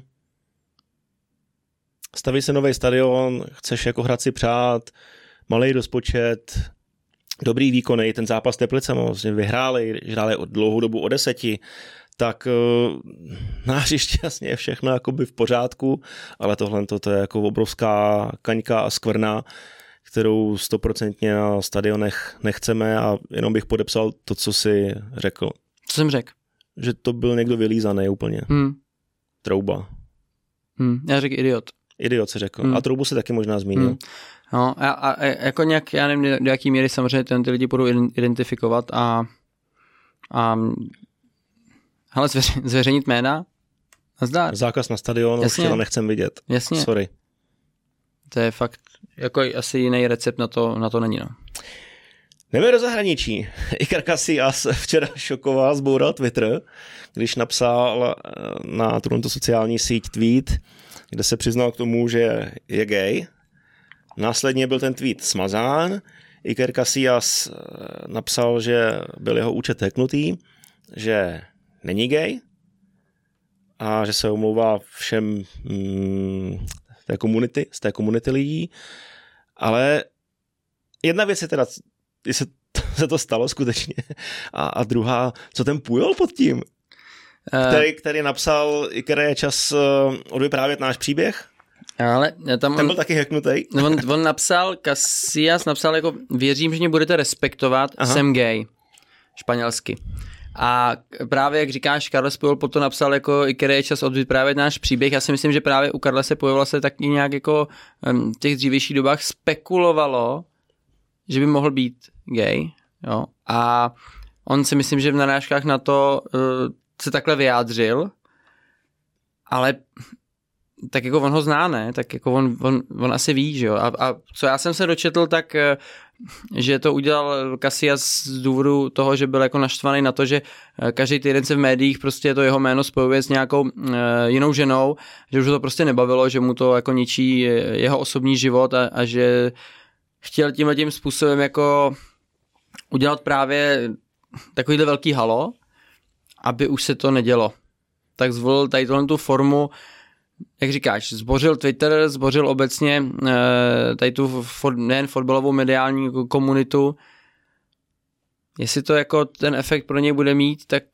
Staví se nový stadion, chceš jako Hradci přát, malý rozpočet, dobrý výkony, ten zápas Teplice vlastně vyhráli, hráli dlouhou dobu o 10, tak na hřišti jasně je všechno jakoby v pořádku, ale tohle to je jako obrovská kaňka a skvrna, kterou 100% na stadionech nechceme, a jenom bych podepsal to, co jsi řekl. Co jsem řekl? Že to byl někdo vylízaný úplně. Trouba. Já řekl idiot. Idiot se řekl. A troubu se taky možná zmínil. No a jako nějak, já nevím, do jaký míry samozřejmě ty lidi budou identifikovat a hele, zveřejnit jména? Nazdar. Zákaz na stadionu, už to nechcem vidět. Jasně. Sorry. To je fakt, jako asi jiný recept na to není, no. Jdeme do zahraničí. Iker Casillas včera šokoval, zboural Twitter, když napsal na tuto sociální síť tweet, kde se přiznal k tomu, že je gay. Následně byl ten tweet smazán. Iker Casillas napsal, že byl jeho účet hacknutý, že není gay, a že se omlouvá všem z té komunity lidí, ale jedna věc je teda, jestli se to stalo skutečně, a druhá, co ten Pujol pod tím, který napsal, který je čas odvyprávět náš příběh. Ale ten byl taky hacknutej. On napsal, Casillas napsal jako věřím, že mě budete respektovat, jsem gay, španělsky. A právě, jak říkáš, Carles Puyol potom napsal, jako, který je čas odvyprávět náš příběh. Já si myslím, že právě u Carlese Pujola se taky nějak jako v těch dřívějších dobách spekulovalo, že by mohl být gay. Jo? A on si myslím, že v narážkách na to se takhle vyjádřil, ale tak jako on ho zná, ne? Tak jako on asi ví, že jo? A co já jsem se dočetl, tak že to udělal Casillas z důvodu toho, že byl jako naštvaný na to, že každý týden se v médiích prostě to jeho jméno spojuje s nějakou jinou ženou, že už to prostě nebavilo, že mu to jako ničí jeho osobní život a že chtěl tímhletím způsobem jako udělat právě takovýhle velký halo, aby už se to nedělo. Tak zvolil tady tu formu, jak říkáš, zbořil Twitter, zbořil obecně tady tu nejen fotbalovou mediální komunitu. Jestli to jako ten efekt pro něj bude mít, tak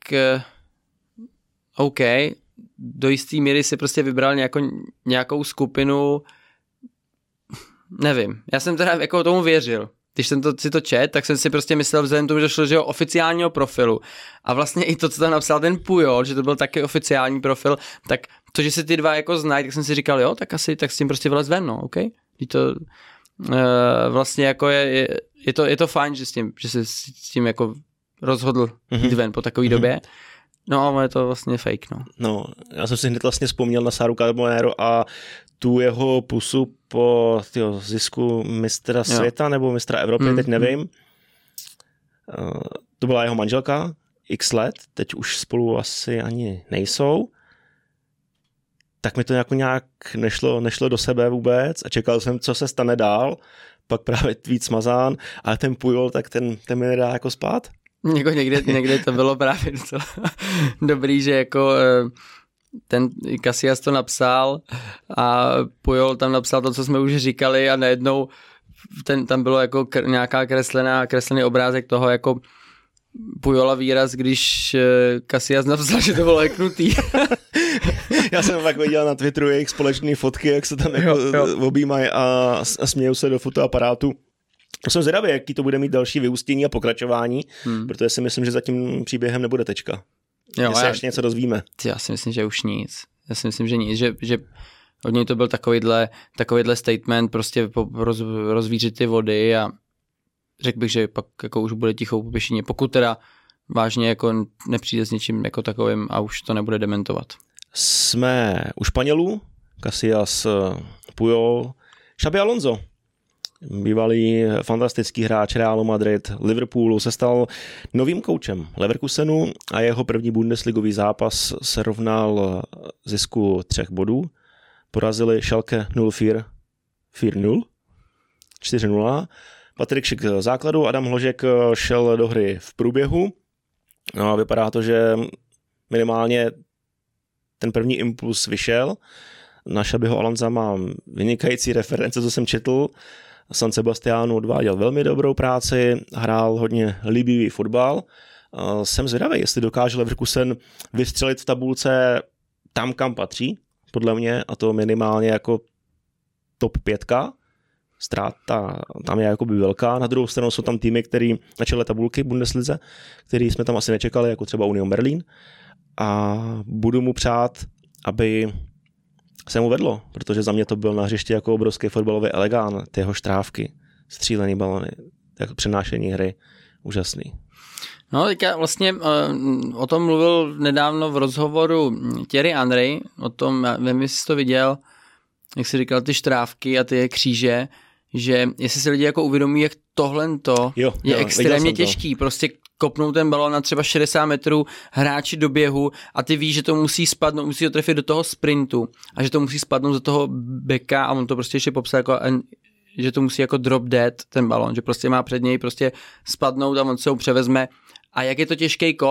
OK. Do jistý míry si prostě vybral nějakou skupinu, nevím. Já jsem teda jako tomu věřil. Když jsem si to čet, tak jsem si prostě myslel vzhledem tomu, že šlo z jeho oficiálního profilu. A vlastně i to, co tam napsal ten Pujol, že to byl taky oficiální profil, tak to, že si ty dva jako znají, tak jsem si říkal, jo, tak asi tak s tím prostě vylez ven, no, OK? To vlastně jako je to fajn, že se s tím jako rozhodl jít ven po takové době. No, ale je to vlastně fake, no. No, já jsem si hned vlastně vzpomněl na Saru Carbonero a tu jeho pusu po zisku mistra světa nebo mistra Evropy, teď nevím. To byla jeho manželka, x let, teď už spolu asi ani nejsou. Tak mi to nějak nešlo do sebe vůbec a čekal jsem, co se stane dál. Pak právě tweet smazán, ale ten Pujol, tak ten mi nedá jako spát. Jako někde to bylo právě docela dobrý, že jako ten Casillas to napsal a Pujol tam napsal to, co jsme už říkali a najednou tam bylo jako nějaká kreslený obrázek toho jako Pujola výraz, když Casillas napsal, že to bylo hacknutý. Já jsem pak viděl na Twitteru jejich společné fotky, jak se tam jako objímají a smějou se do fotoaparátu. Jsem zvědavý, jaký to bude mít další vyústění a pokračování, protože si myslím, že za tím příběhem nebude tečka. Jestli ještě něco dozvíme. Já si myslím, že už nic. Já si myslím, že nic. Že od něj to byl takovýhle statement, prostě rozvířit ty vody a řekl bych, že pak jako už bude tichou po pěšině, pokud teda vážně jako nepřijde s něčím jako takovým a už to nebude dementovat. Jsme u Španělů, Casillas, Pujol, Xabi Alonso. Bývalý fantastický hráč Realu Madrid, Liverpoolu, se stal novým koučem Leverkusenu a jeho první bundesligový zápas se rovnal zisku 3 bodů. Porazili Schalke 04 4-0, 4-0. Patrik Šik základu, Adam Hložek šel do hry v průběhu. No a vypadá to, že minimálně ten první impuls vyšel. Na Xabiho Alonsa mám vynikající reference, co jsem četl. San Sebastianu odváděl velmi dobrou práci, hrál hodně líbivý fotbal. Jsem zvědavý, jestli dokáže Leverkusen vystřelit v tabulce tam, kam patří, podle mě, a to minimálně jako top 5. Ztráta tam je jakoby velká. Na druhou stranu jsou tam týmy, který na čele tabulky Bundeslize, který jsme tam asi nečekali, jako třeba Union Berlin. A budu mu přát, aby se mu vedlo, protože za mě to byl na hřišti jako obrovský fotbalový elegán, ty jeho štrávky, střílený balony, jako přenášení hry, úžasný. No, teďka vlastně o tom mluvil nedávno v rozhovoru Thierry Henry, o tom, nevím, jestli jsi to viděl, jak jsi říkal, ty štrávky a ty kříže, že jestli si lidi jako uvědomí, jak tohle je extrémně těžký, prostě kopnout ten balón na třeba 60 metrů, hráči do běhu a ty víš, že to musí spadnout, musí to trefit do toho sprintu a že to musí spadnout do toho beka a on to prostě ještě popsal jako, že to musí jako drop dead ten balón, že prostě má před něj prostě spadnout a on se ho převezme a jak je to těžký kop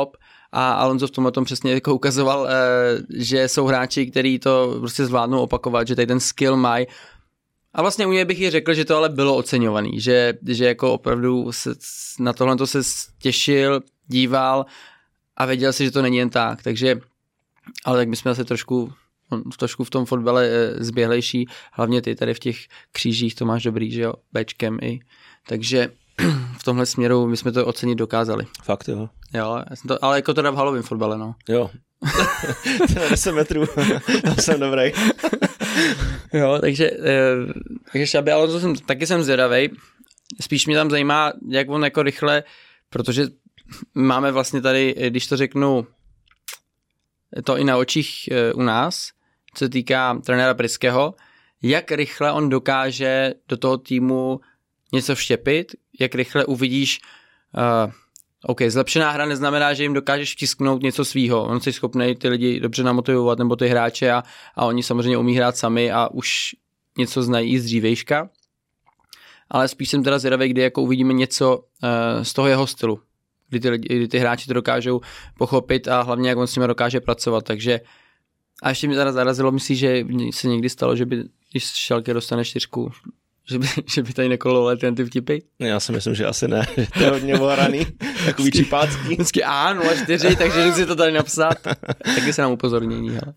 a Alonso v tomhle tom přesně jako ukazoval, že jsou hráči, kteří to prostě zvládnou opakovat, že tady ten skill mají. A vlastně u něj bych i řekl, že to ale bylo oceňovaný, že jako opravdu se na tohle to se těšil, díval a věděl si, že to není jen tak, takže, ale tak my jsme zase trošku v tom fotbale zběhlejší, hlavně ty tady v těch křížích to máš dobrý, že jo, Bčkem i, takže v tomhle směru my jsme to ocenit dokázali. Fakt jo. Jo, ale jako teda v halovém fotbale, no. Jo. 10 metrů, tam jsem dobrý. Jo, takže Xabi Alonso taky jsem zvědavej. Spíš mě tam zajímá, jak on jako rychle, protože máme vlastně tady, když to řeknu, to i na očích u nás, co se týká trenéra Priského, jak rychle on dokáže do toho týmu něco vštěpit, jak rychle uvidíš, OK, zlepšená hra neznamená, že jim dokážeš vtisknout něco svýho. On si schopný ty lidi dobře namotivovat, nebo ty hráče a oni samozřejmě umí hrát sami a už něco znají z dřívejška. Ale spíš jsem teda zvědavý, kdy jako uvidíme něco z toho jeho stylu. Kdy ty hráči to dokážou pochopit a hlavně jak on s nimi dokáže pracovat. Takže a ještě mě teda zarazilo, myslíš, že se někdy stalo, že by, když Schalke dostane 4, že by tady nekolovaly ty vtipy? Já si myslím, že asi ne. Že to je hodně ohraný. Takový čipácký. Vždycky 0-4, takže jdu si to tady napsat. Taky se nám upozornění. Hele.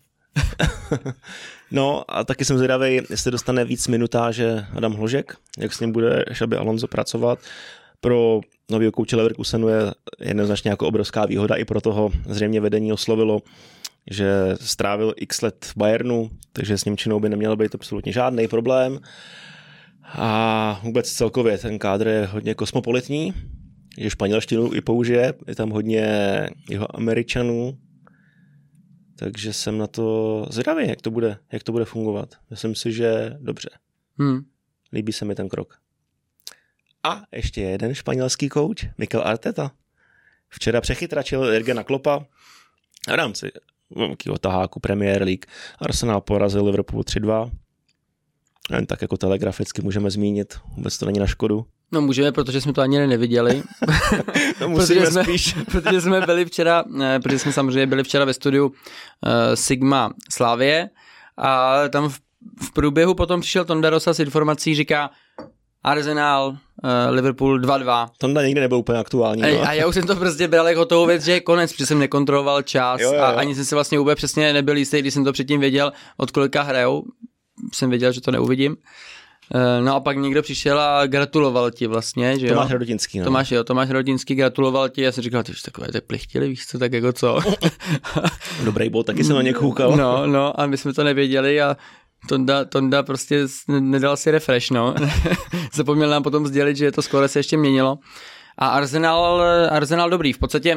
No a taky jsem zvědavý, jestli dostane víc minutáže Adam Hložek, jak s ním bude Xabi Alonso pracovat. Pro novýho kouče Leverkusenu je jednoznačně jako obrovská výhoda, i pro toho zřejmě vedení oslovilo, že strávil x let v Bayernu, takže s Němčinou by neměl být absolutně žádný problém. A vůbec celkově ten kádr je hodně kosmopolitní, že španělštinu i použije, je tam hodně jeho Američanů, takže jsem na to zvědavý, jak to bude fungovat. Myslím si, že dobře. Líbí se mi ten krok. A ještě jeden španělský kouč, Mikel Arteta. Včera přechytračil Jurgena Kloppa v rámci velkého taháku Premier League. Arsenal porazil Liverpool 3-2. Jen tak jako telegraficky můžeme zmínit, vůbec to není na škodu. No můžeme, protože jsme to ani neviděli. No musíme spíš. Protože jsme samozřejmě byli včera ve studiu Sigma Slavie a tam v průběhu potom přišel Tonda Rosa s informací, říká Arsenal, Liverpool 2-2. Tonda nikdy nebyl úplně aktuální. A já už jsem to prostě bral jako hotovou věc, že je konec, protože jsem nekontroloval čas jo. A ani jsem si vlastně úplně přesně nebyl jistý, když jsem to předtím věděl, od kolika hrajou. Jsem věděl, že to neuvidím. No a pak někdo přišel a gratuloval ti vlastně, že jo? Tomáš Rodinský, no. Tomáš Rodinský gratuloval ti, já jsem říkal, ty už takové tak plichtili, víš co, tak jako co? Dobrý bod, taky jsem na ně koukal. No a my jsme to nevěděli a Tonda prostě nedal si refresh, no. Zapomněl nám potom sdělit, že to skoro se ještě měnilo. A Arsenal dobrý, v podstatě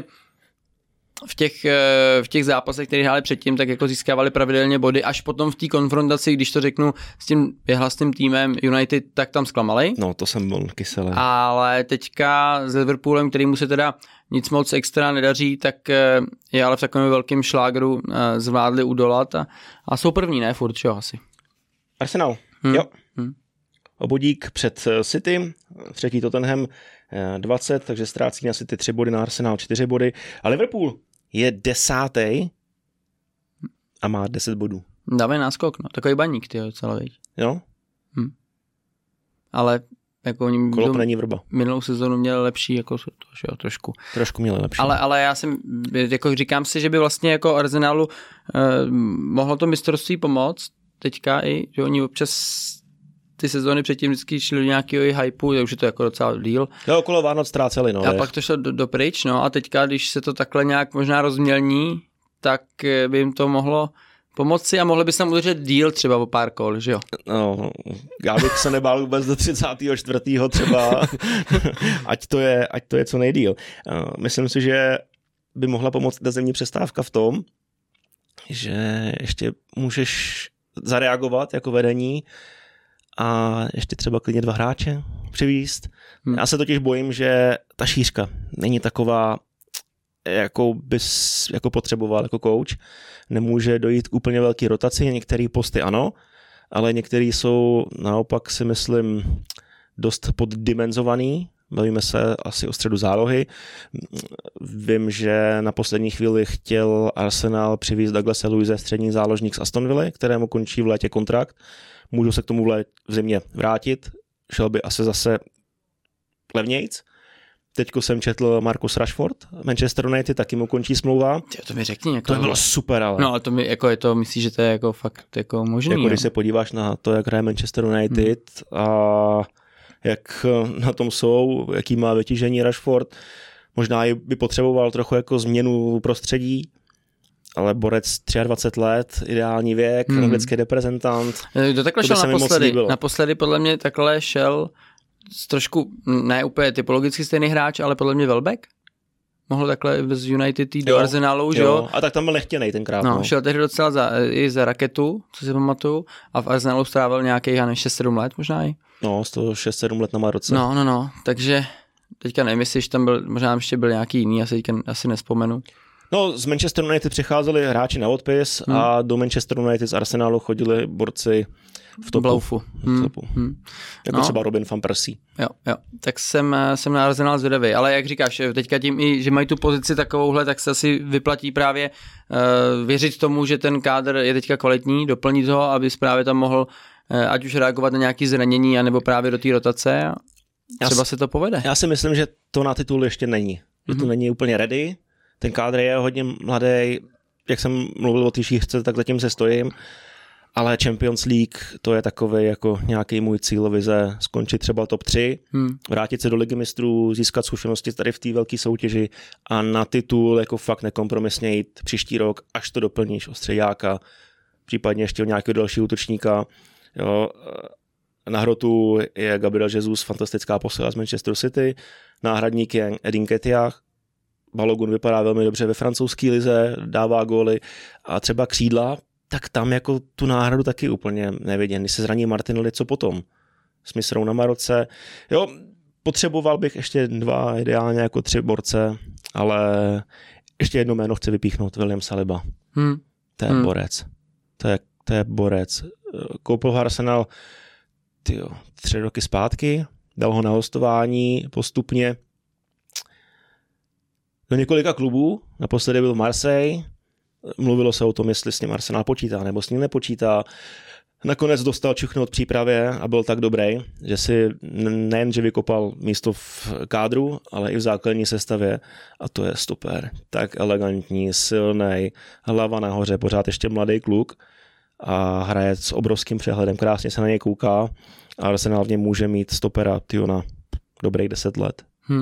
v těch zápasech, které hráli předtím, tak jako získávali pravidelně body, až potom v té konfrontaci, když to řeknu s tím věhlasným týmem United, tak tam zklamali. No, to jsem byl kyselý. Ale teďka s Liverpoolem, který mu se teda nic moc extra nedaří, tak je ale v takovém velkém šlágru zvládli udolat a jsou první, ne? Furt, čo asi. Arsenal, jo. Obodík před City, třetí Tottenham 20, takže ztrácí na City 3 body, na Arsenal 4 body. A Liverpool je 10. a má 10 bodů. Dáme náskok, no. Takový baník, ty celé, víš. Jo? Ale jako oni Kolop není vrba. Minulou sezonu měli lepší, jako to, trošku. Trošku měli lepší. Ale já jsem, jako říkám si, že by vlastně jako Arsenalu mohlo to mistrovství pomoct teďka i, že oni občas ty sezóny předtím vždycky šli do nějakého hypeu, takže už je to jako docela díl. Jo, okolo Vánoc ztráceli, no. A pak to šlo do pryč, no a teďka, když se to takhle nějak možná rozmělní, tak by jim to mohlo pomoci a mohli by se tam udržet díl třeba o pár kol, že jo? No, já bych se nebál vůbec do 34. třeba, ať to je co nejdýl. Myslím si, že by mohla pomoct ta zimní přestávka v tom, že ještě můžeš zareagovat jako vedení a ještě třeba klidně 2 hráče přivízt. Já se totiž bojím, že ta šířka není taková, jakou bys jako potřeboval jako coach. Nemůže dojít k úplně velké rotaci, některé posty ano, ale některé jsou naopak si myslím dost poddimenzovaný bavíme se asi o středu zálohy. Vím, že na poslední chvíli chtěl Arsenal přivést Douglase Luise, střední záložník z Aston Villa, kterému končí v létě kontrakt. Můžu se k tomu v zimě vrátit, šel by asi zase levnějc. Teďko jsem četl Marcus Rashford, Manchester United, taky mu končí smlouva. To mi řekni. Jako, to by bylo super, ale... No, ale to mi, jako je to, myslíš, že to je jako fakt jako možný. Jako když se podíváš na to, jak hraje Manchester United a jak na tom jsou, jaký má vytížení Rashford, možná by potřeboval trochu jako změnu prostředí, ale borec 23 let, ideální věk, anglický reprezentant. Kdo takhle šel naposledy? Naposledy podle mě takhle šel trošku, ne úplně typologicky stejný hráč, ale podle mě Welbeck. Mohl takhle z United do Arsenalu, že jo? A tak tam byl nechtěnej tenkrát. No, šel tehdy docela i za raketu, co si pamatuju, a v Arsenalu strávil nějakých, 6-7 let možná i. No, z toho 6-7 let na Maroce. No, takže teďka nevím, jestli tam byl, možná ještě byl nějaký jiný, asi nespomenu. No, z Manchester United přicházeli hráči na odpis a do Manchester United z Arsenalu chodili borci v topu. Blaufu. Jako třeba Robin van Persie. Jo. Tak jsem na Arsenal zvědavý, ale jak říkáš, teďka tím i, že mají tu pozici takovouhle, tak se asi vyplatí právě věřit tomu, že ten kádr je teďka kvalitní, doplnit ho, aby právě tam mohl ať už reagovat na nějaké zranění, anebo právě do té rotace a třeba se to povede. Já si myslím, že to na titul ještě není. Že to není úplně ready. Ten kádr je hodně mladý, jak jsem mluvil o té šířce, tak zatím se stojím, ale Champions League to je takový jako nějaký můj cíl, vize, skončit třeba top 3, vrátit se do Ligy mistrů, získat zkušenosti tady v té velké soutěži a na titul jako fakt nekompromisně jít příští rok, až to doplníš o středáka, případně ještě o nějakého dalšího útočníka. Jo. Na hrotu je Gabriel Jesus, fantastická posila z Manchester City, náhradník je Edin Nketiah, Balogun vypadá velmi dobře ve francouzské lize, dává góly a třeba křídla, tak tam jako tu náhradu taky úplně nevidím. Když se zraní Martinelli, co potom? Smith Rowe na Maroce. Jo, potřeboval bych ještě 2, ideálně jako 3 borce, ale ještě jedno jméno chci vypíchnout, William Saliba. To je borec. To je borec. Koupil ho Arsenal 3 roky zpátky, dal ho na hostování postupně do několika klubů, naposledy byl v Marseille, mluvilo se o tom, jestli s ním Arsenal počítá nebo s ním nepočítá. Nakonec dostal čuchnout přípravě a byl tak dobrý, že si nejen, že vykopal místo v kádru, ale i v základní sestavě a to je super. Tak elegantní, silnej, hlava nahoře, pořád ještě mladý kluk a hraje s obrovským přehledem, krásně se na něj kouká a Arsenal v něm může mít stopera na dobrých 10 let.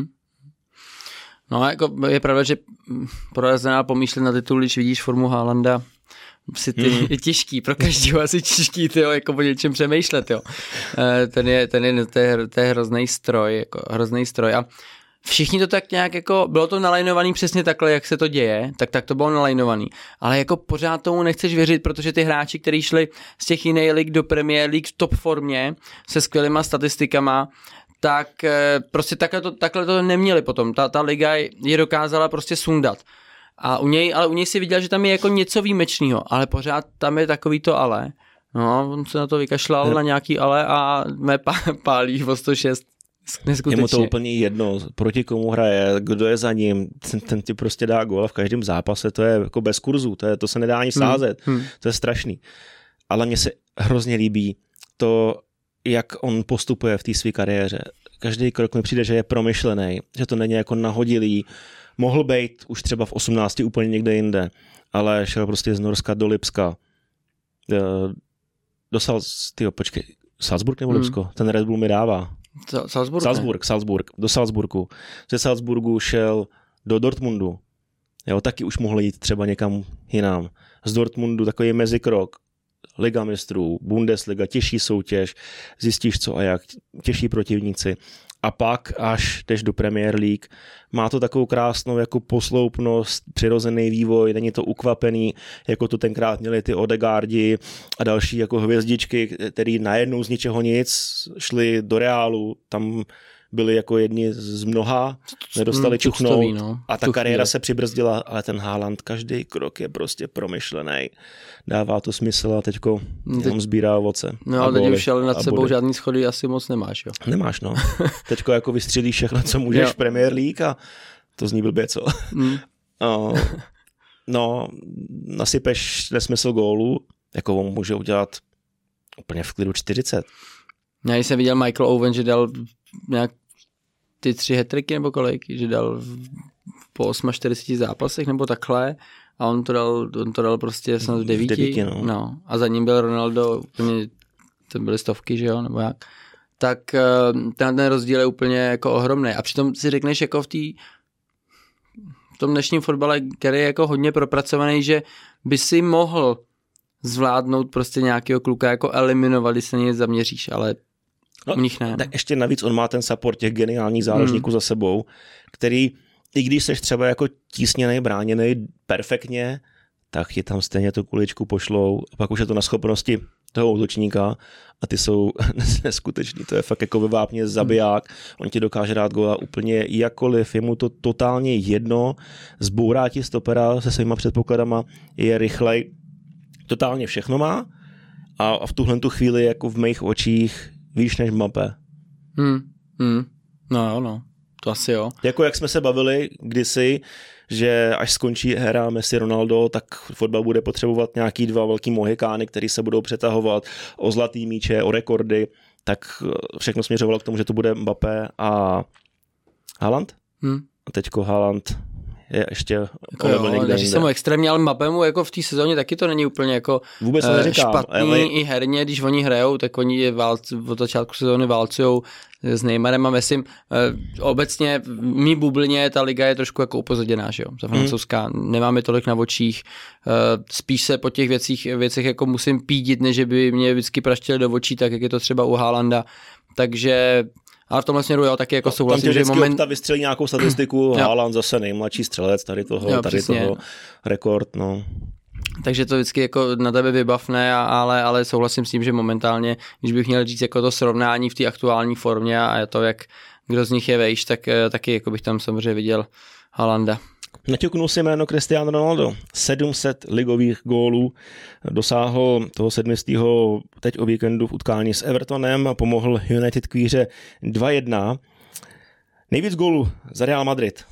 No, jako je pravda, že pro Arsenal pomýšlet na titul, když vidíš formu Haalanda, je těžký, pro každého asi těžký, jako o něčem přemýšlet, jo. To je hrozný stroj, a všichni to tak nějak jako, bylo to nalajnovaný přesně takhle, jak se to děje, tak to bylo nalajnovaný, ale jako pořád tomu nechceš věřit, protože ty hráči, kteří šli z těch jiných lig do Premier League v top formě, se skvělýma statistikama, tak prostě takhle to neměli potom. Ta liga je dokázala prostě sundat. A u něj si viděl, že tam je jako něco výjimečného, ale pořád tam je takový to ale. No, on se na to vykašlal na nějaký ale a mě pálí o 106. Neskutečně. Je mu to úplně jedno, proti komu hraje, kdo je za ním, ten ti prostě dá gól v každém zápase, to je jako bez kurzu, to se nedá ani sázet, to je strašný. Ale mně se hrozně líbí to, jak on postupuje v té své kariéře. Každý krok mi přijde, že je promyšlený, že to není jako nahodilý. Mohl být už třeba v 18 úplně někde jinde, ale šel prostě z Norska do Lipska. Salzburg nebo Lipsko? Ten Red Bull mi dává. Salzburg. Do Salzburgu. Ze Salzburgu šel do Dortmundu. Jo, taky už mohl jít třeba někam jinam. Z Dortmundu takový mezikrok. Liga mistrů, Bundesliga, těžší soutěž, zjistíš co a jak, těžší protivníci. A pak až jdeš do Premier League, má to takovou krásnou jako posloupnost, přirozený vývoj, není to ukvapený, jako to tenkrát měli ty Odegaardi a další jako hvězdičky, který najednou z ničeho nic šli do Reálu, tam byli jako jedni z mnoha, nedostali čuchnout a ta kariéra se přibrzdila, ale ten Haaland, každý krok je prostě promyšlený, dává to smysl a teďko jenom sbírá ovoce. No ale teď už ale nad sebou žádný schody asi moc nemáš, jo? Nemáš, no. Teďko jako vystřelíš všechno, co můžeš v Premier League a to zní blbě, co? No, nasypeš nesmysl gólu, jako on může udělat úplně v klidu 40. Já jsem viděl Michael Owen, že dal nějak ty 3 hat-tricky nebo kolik, že dal po 48 zápasech nebo takhle a on to dal prostě snad v 9. No. A za ním byl Ronaldo, úplně, to byly stovky, že jo, nebo jak. Tak ten rozdíl je úplně jako ohromný. A přitom si řekneš jako v tom dnešním fotbale, který je jako hodně propracovaný, že by si mohl zvládnout prostě nějakého kluka jako eliminovat, když se na něj zaměříš, ale u nich ne. Tak ještě navíc on má ten support těch geniálních záložníků za sebou, který, i když seš třeba jako tísněnej, bráněnej perfektně, tak ti tam stejně tu kuličku pošlou a pak už je to na schopnosti toho útočníka a ty jsou neskutečný, to je fakt jako ve vápně zabiják, on ti dokáže dát góla úplně jakkoliv, je mu to totálně jedno, zbourá ti stopera se svýma předpokladama, je rychlej, totálně všechno má a v tuhle tu chvíli jako v mých očích víš než Mbappé. No jo, no. To asi jo. Jako jak jsme se bavili kdysi, že až skončí éra Messi Ronaldo, tak fotbal bude potřebovat nějaký 2 velký mohikány, který se budou přetahovat o zlatý míče, o rekordy, tak všechno směřovalo k tomu, že to bude Mbappé a Haaland. A teďko Haaland je ještě jako jo, takže jsem extrémně, ale Mbappému jako v té sezóně taky to není úplně jako vůbec špatný ale i herně, když oni hrajou, tak oni je od začátku sezóny válcujou s Neymarem a Messim. Obecně v mý bublině ta liga je trošku jako upozaděná, že jo, za francouzská. Nemáme tolik na očích, spíš se po těch věcech jako musím pídit, než by mě vždycky praštili do očí, tak jak je to třeba u Haalanda. Takže ale v tomhle směru jo, taky jako souhlasím, že moment... Tam vystřelí nějakou statistiku, Haaland zase nejmladší střelec toho rekord, no. Takže to vždycky jako na tebe vybavne, ale souhlasím s tím, že momentálně, když bych měl říct jako to srovnání v té aktuální formě a to, jak kdo z nich je vejš, tak taky jako bych tam samozřejmě viděl Haalanda. Naťuknul si jméno Cristiano Ronaldo. 700 ligových gólů dosáhl toho 700. teď o víkendu v utkání s Evertonem a pomohl United k výhře 2-1. Nejvíc gólů za Real Madrid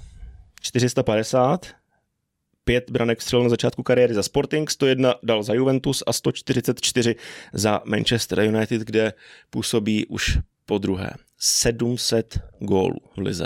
450, 5 branek vstřelil na začátku kariéry za Sporting, 101 dal za Juventus a 144 za Manchester United, kde působí už po druhé. 700 gólů v lize.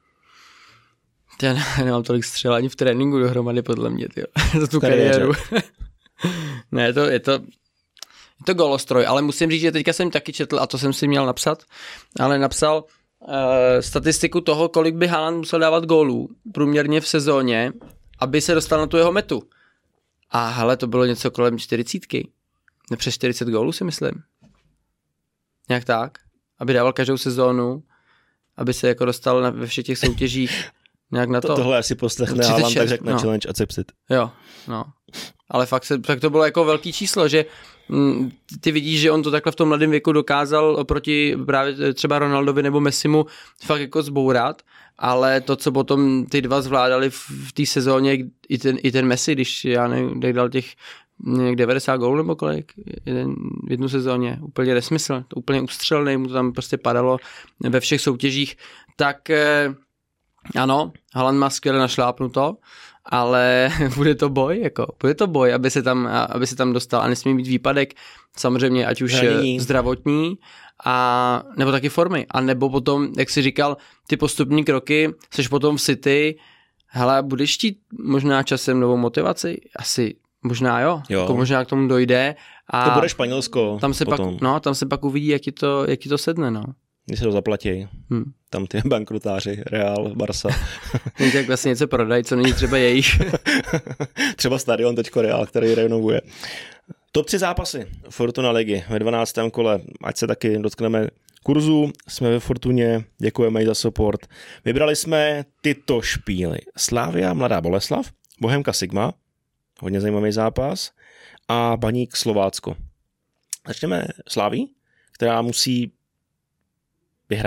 Já nemám tolik střel ani v tréninku dohromady, podle mě, tyjo, za tu kariéru. Ne, je to golostroj, ale musím říct, že teďka jsem taky četl, a to jsem si měl napsat, ale napsal statistiku toho, kolik by Haaland musel dávat gólů průměrně v sezóně, aby se dostal na tu jeho metu. A hele, to bylo něco kolem 40. Přes 40 gólů si myslím. Nějak tak. Aby dával každou sezónu, aby se jako dostal ve všech těch soutěžích nějak na to. Tohle asi poslechne Haaland, tak řekne challenge accepted. Jo, no. Ale fakt to bylo jako velký číslo, že ty vidíš, že on to takhle v tom mladém věku dokázal proti právě třeba Ronaldovi nebo Messimu fakt jako zbourat, ale to, co potom ty dva zvládali v té sezóně, i ten Messi, když já nevím, dal těch 90 gólů nebo kolik v jednu sezóně, úplně nesmysl, to úplně ustřelný, mu to tam prostě padalo ve všech soutěžích, tak ano, Haaland má skvěle našlápnuto, ale bude to boj, aby se tam dostal a nesmí být výpadek, samozřejmě ať už zdravotní, a nebo taky formy, a nebo potom, jak jsi říkal, ty postupní kroky, seš potom v City, hele, budeš chtít možná časem novou motivaci? Asi, možná jo. Jako možná k tomu dojde. A to bude Španělsko tam se pak uvidí, jak ti to sedne, no. Když se to zaplatí. Tam ty bankrutáři, Real, Barca. Tak vlastně něco prodají, co není třeba jejich. Třeba stadion teďko Real, který renovuje. Top 3 zápasy Fortuna ligy ve 12. kole. Ať se taky dotkneme kurzu. Jsme ve Fortuně, děkujeme za support. Vybrali jsme tyto špíly. Slavia Mladá Boleslav, Bohemka Sigma, hodně zajímavý zápas, a Baník Slovácko. Začneme Slaví, která musí vyhrát.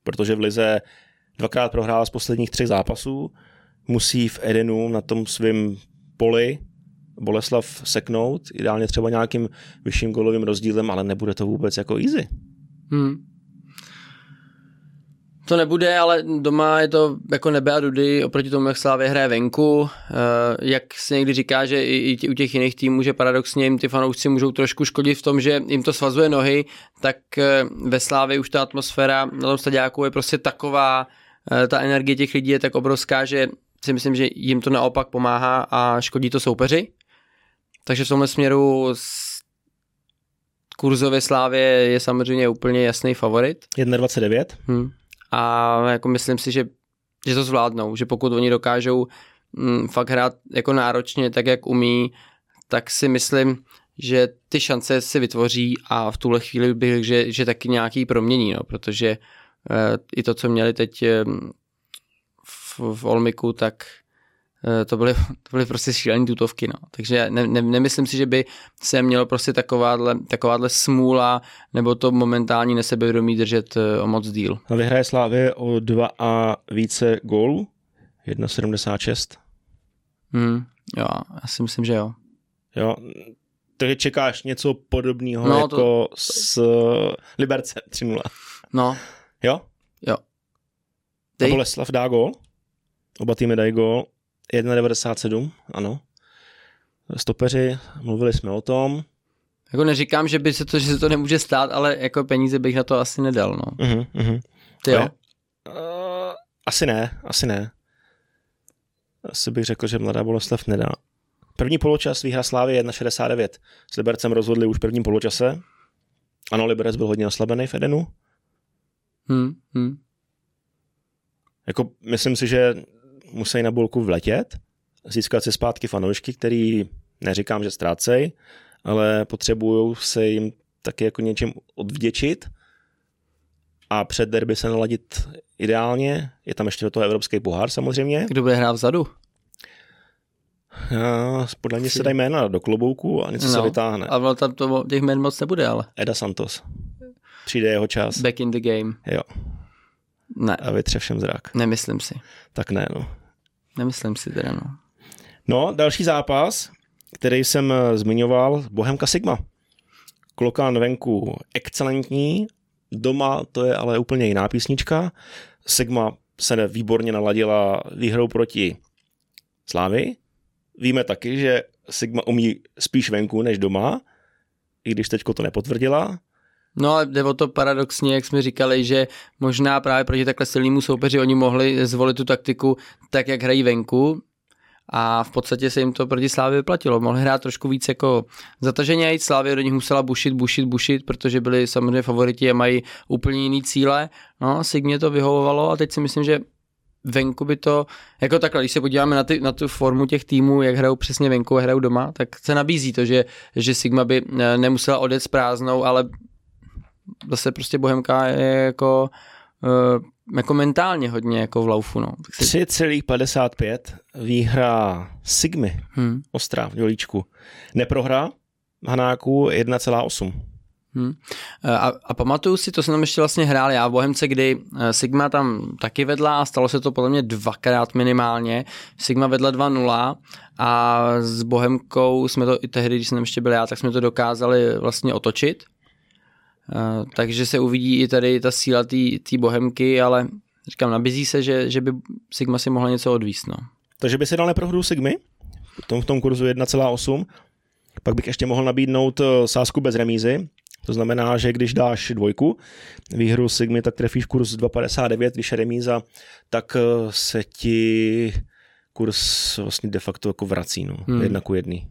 protože v lize 2krát prohrála z posledních 3 zápasů, musí v Edenu na tom svém poli Boleslav seknout, ideálně třeba nějakým vyšším golovým rozdílem, ale nebude to vůbec jako easy. To nebude, ale doma je to jako nebe a dudy oproti tomu, jak Slavia hraje venku. Jak se někdy říká, že i u těch jiných týmů, že paradoxně jim ty fanoušci můžou trošku škodit v tom, že jim to svazuje nohy, tak ve Slavii už ta atmosféra na tom stadiáku je prostě taková, ta energie těch lidí je tak obrovská, že si myslím, že jim to naopak pomáhá a škodí to soupeři. Takže v tomhle směru kurzově Slavie je samozřejmě úplně jasný favorit. 1,29. A jako myslím si, že to zvládnou, že pokud oni dokážou fakt hrát jako náročně, tak jak umí, tak si myslím, že ty šance si vytvoří a v tuhle chvíli bych řekl, že taky nějaký promění, no, protože i to, co měli teď v Olmiku, tak to byly prostě šílený tutovky, no. Takže nemyslím si, že by se mělo prostě takováhle smůla nebo to momentální nesebevědomí držet o moc díl. A vyhraje Slavie o 2 a více gólů? 1,76. Jo, já si myslím, že jo. Jo, takže čekáš něco podobného jako s Libercem 3-0. No. Jo? Jo. A Boleslav dá gól? Oba týmy dají gól. 1,97, ano. Stopeři, mluvili jsme o tom. Jako neříkám, že se to nemůže stát, ale jako peníze bych na to asi nedal, no. Ty jo? Asi ne. Asi bych řekl, že Mladá Boleslav nedá. První poločas výhra Slávy 1,69. S Libercem rozhodli už v prvním poločase. Ano, Liberec byl hodně oslabený v Edenu. Jako myslím si, že musí na bulku vletět, získat si zpátky fanoušky, který neříkám, že ztrácej, ale potřebují se jim taky jako něčím odvděčit a před derby se naladit ideálně. Je tam ještě do toho evropský pohár samozřejmě. Kdo bude hrát vzadu? Podle mě se dají jména do klobouku a něco se vytáhne. Ale tam to těch jmén moc nebude, ale. Eda Santos. Přijde jeho čas. Back in the game. Jo. Ne. A vytře všem zrak. Nemyslím si. Tak ne, no. Nemyslím si teda, no. No, další zápas, který jsem zmiňoval, Bohemka Sigma. Klokan venku excelentní, doma to je ale úplně jiná písnička. Sigma se výborně naladila výhrou proti Slávii. Víme taky, že Sigma umí spíš venku než doma, i když teďko to nepotvrdila. No ale jde o to paradoxně, jak jsme říkali, že možná právě proti takhle silnému soupeři oni mohli zvolit tu taktiku tak, jak hrají venku a v podstatě se jim to proti Slávii vyplatilo. Mohli hrát trošku víc jako zataženě, Slávia do nich musela bušit, protože byli samozřejmě favoriti a mají úplně jiný cíle. No, Sigmě to vyhovovalo a teď si myslím, že venku by to, jako takhle, když se podíváme na tu formu těch týmů, jak hrajou přesně venku a hrajou doma, tak se nabízí to, že Sigma by nemusela odjet s prázdnou, ale zase prostě Bohemka je jako mentálně hodně jako v laufu. No. 3,55 výhra Sigmy. Ostrá v Dělíčku. Neprohra Hanáku 1,8. A pamatuju si, to jsem tam ještě vlastně hrál já v Bohemce, kdy Sigma tam taky vedla a stalo se to podle mě 2krát minimálně. Sigma vedla 2-0 a s Bohemkou jsme to i tehdy, když jsem tam ještě byl já, tak jsme to dokázali vlastně otočit. Takže se uvidí i tady ta síla té Bohemky, ale říkám, nabízí se, že by Sigma si mohla něco odvíst. No. Takže by si dal neprohru Sigmy v tom kurzu 1,8. Pak bych ještě mohl nabídnout sázku bez remízy. To znamená, že když dáš dvojku výhru Sigmy, tak trefíš kurz 2,59, když je remíza, tak se ti kurz vlastně de facto jako vrací, no, 1:1.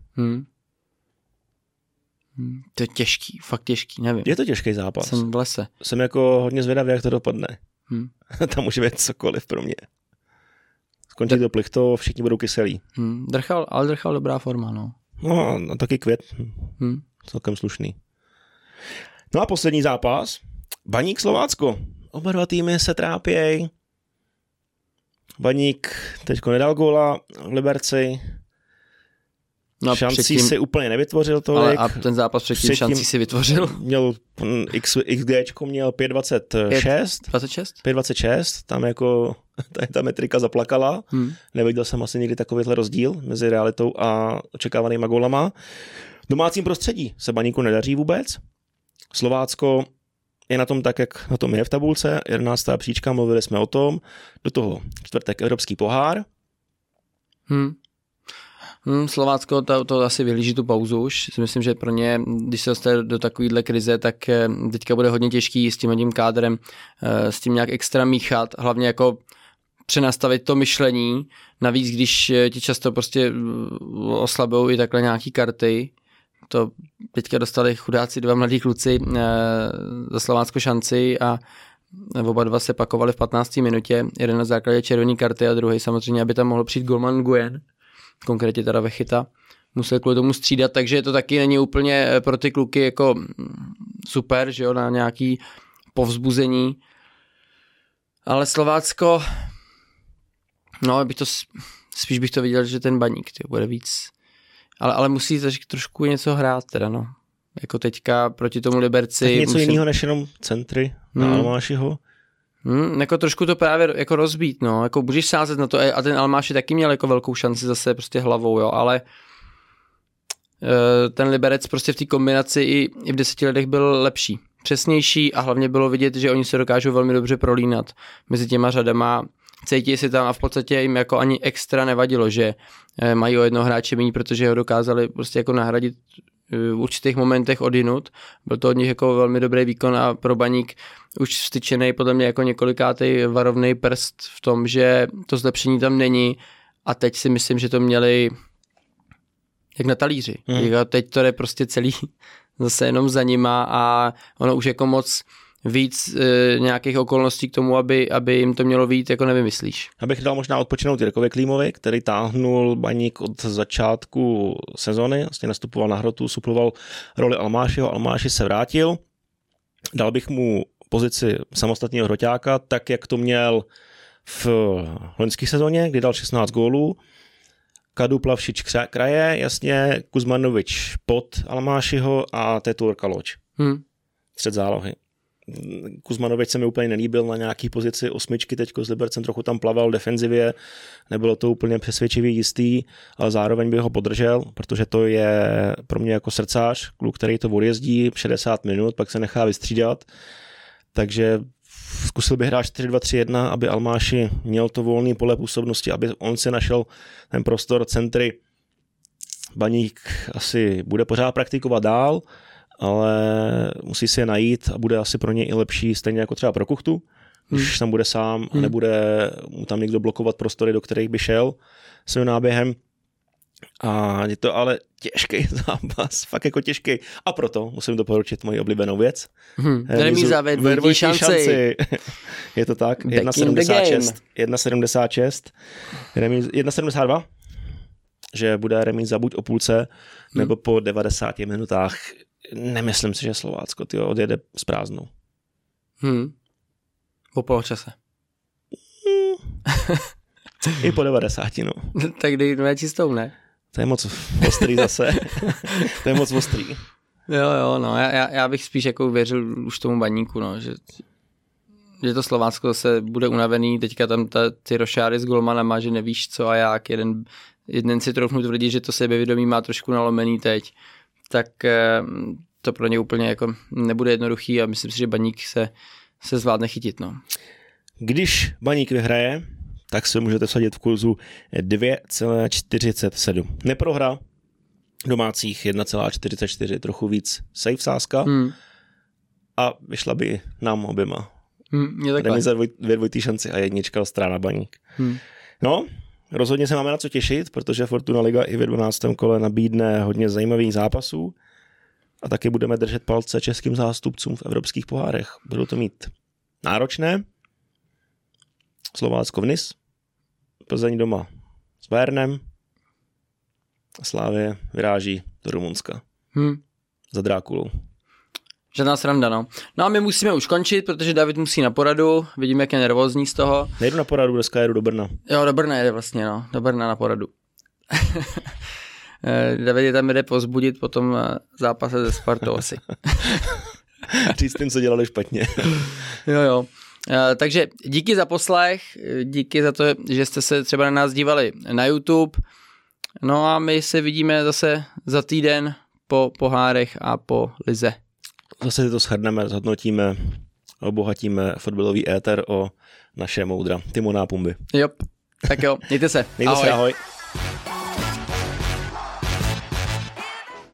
To je těžký, fakt těžký, nevím. Je to těžký zápas. Jsem v lese. Jsem jako hodně zvědavý, jak to dopadne. Tam může být cokoliv pro mě. Skončí to plichto, všichni budou kyselí. Drchal dobrá forma, no. No a taky Květ. Celkem slušný. No a poslední zápas. Baník Slovácko. Oba dva týmy se trápějí. Baník teďko nedal góla v Liberci. No šancí si úplně nevytvořil tolik. Ale a ten zápas předtím šancí si vytvořil. Měl XGčko měl 5,26. Tam jako ta metrika zaplakala. Neviděl jsem asi nikdy takovýhle rozdíl mezi realitou a očekávanýma gólama. V domácím prostředí se Baníku nedaří vůbec. Slovácko je na tom tak, jak na tom je v tabulce. 11. příčka, mluvili jsme o tom. Do toho čtvrtek Evropský pohár. Slovácko to asi vyhlíží tu pauzu už. Myslím, že pro ně, když se dostane do takovýhle krize, tak teďka bude hodně těžký s tím kádrem, s tím nějak extra míchat, hlavně jako přenastavit to myšlení. Navíc, když ti často prostě oslabují i takhle nějaký karty, to teďka dostali chudáci 2 mladí kluci za Slovácko šanci a oba dva se pakovali v 15. minutě. Jeden na základě červené karty a druhý samozřejmě, aby tam mohl přijít golman Nguyen, konkrétně teda Vechita, musel kvůli tomu střídat, takže to taky není úplně pro ty kluky jako super, že jo, na nějaký povzbuzení. Ale Slovácko, no, spíš bych to viděl, že ten Baník bude víc, ale musí trošku něco hrát teda, no. Jako teďka proti tomu Liberci. Tak něco jiného než jenom centry na Almášiho. Jako trošku to právě jako rozbít, no, jako budeš sázet na to a ten Almáši taky měl jako velkou šanci zase prostě hlavou, jo, ale ten Liberec prostě v té kombinaci i v 10 letech byl lepší, přesnější a hlavně bylo vidět, že oni se dokážou velmi dobře prolínat mezi těma řadama, cítí si tam a v podstatě jim jako ani extra nevadilo, že mají o jednoho hráče méně, protože ho dokázali prostě jako nahradit v určitých momentech odinut. Byl to od nich jako velmi dobrý výkon a pro Baník už vstyčený podle mě jako několikátej varovný prst v tom, že to zlepšení tam není a teď si myslím, že to měli jak na talíři. Teď to je prostě celý zase jenom za nima a ono už jako moc víc nějakých okolností k tomu, aby jim to mělo vyjít, jako nevymyslíš. Abych dal možná odpočinout Jirkovi Klímovi, který táhnul Baník od začátku sezony, vlastně nastupoval na hrotu, suploval roli Almášiho, Almáši se vrátil, dal bych mu pozici samostatného hroťáka, tak jak to měl v loňské sezóně, kdy dal 16 gólů, Kadu, Plavšič, Kraje, jasně, Kuzmanovič pod Almášiho a Teturka Loč. Střed zálohy. Kuzmanovič se mi úplně nelíbil na nějaký pozici 8, teďko s Libercem trochu tam plaval v defenzivě, nebylo to úplně přesvědčivý jistý, ale zároveň bych ho podržel, protože to je pro mě jako srdcář, kluk, který to odjezdí 60 minut, pak se nechá vystřídat, takže zkusil bych hrát 4-2-3-1, aby Almáši měl to volný pole působnosti, aby on si našel ten prostor centry. Baník asi bude pořád praktikovat dál, ale musí si je najít a bude asi pro ně i lepší, stejně jako třeba pro Kuchtu, když tam bude sám a nebude mu tam někdo blokovat prostory, do kterých by šel svým náběhem. A je to ale těžký zápas, fakt jako těžký. A proto musím doporučit moji oblíbenou věc. Remíza ve dvojitý šanci. Je to tak, 1,76, 1,72, že bude remíza buď o půlce, nebo po 90 minutách. Nemyslím si, že Slovácko odjede s prázdnou. Po poločase. I po 90, no. Tak dejme čistou, ne? To je moc ostrý zase. To je moc ostrý. Jo, no. Já bych spíš jako věřil už tomu Baníku, no, že to Slovácko zase bude unavený, teďka tam ty rošáry s golmanama, že nevíš co a jak, jeden si troufnu tvrdit, že to sebevědomí má trošku nalomený teď, tak to pro ně úplně jako nebude jednoduchý a myslím si, že Baník se zvládne chytit, no. Když Baník vyhraje, tak se můžete vsadit v kurzu 2,47. Neprohra domácích 1,44, trochu víc safe sázka a vyšla by nám oběma. Remíza 2 dvojitý šanci a 1 strana Baník. No, rozhodně se máme na co těšit, protože Fortuna Liga i ve 12. kole nabídne hodně zajímavých zápasů a taky budeme držet palce českým zástupcům v evropských pohárech. Budou to mít náročné. Slovácko v Nice, Plzeň doma s Bayernem a Slavie vyráží do Rumunska za Drákulou. Žádná sranda, no. No a my musíme už končit, protože David musí na poradu, vidím, jak je nervózní z toho. Nejdu na poradu, dneska jedu do Brna. Jo, do Brna jede vlastně, no, do Brna na poradu. David tam jde pozbudit potom zápase ze Spartou asi. Říct tím, co dělali špatně. Jo. Takže díky za poslech, díky za to, že jste se třeba na nás dívali na YouTube. No a my se vidíme zase za týden po pohárech a po lize. Zase to shrneme, zhodnotíme, obohatíme fotbalový éter o naše moudra. Timona a Pumby. Jo, tak jo, mějte se. Ahoj.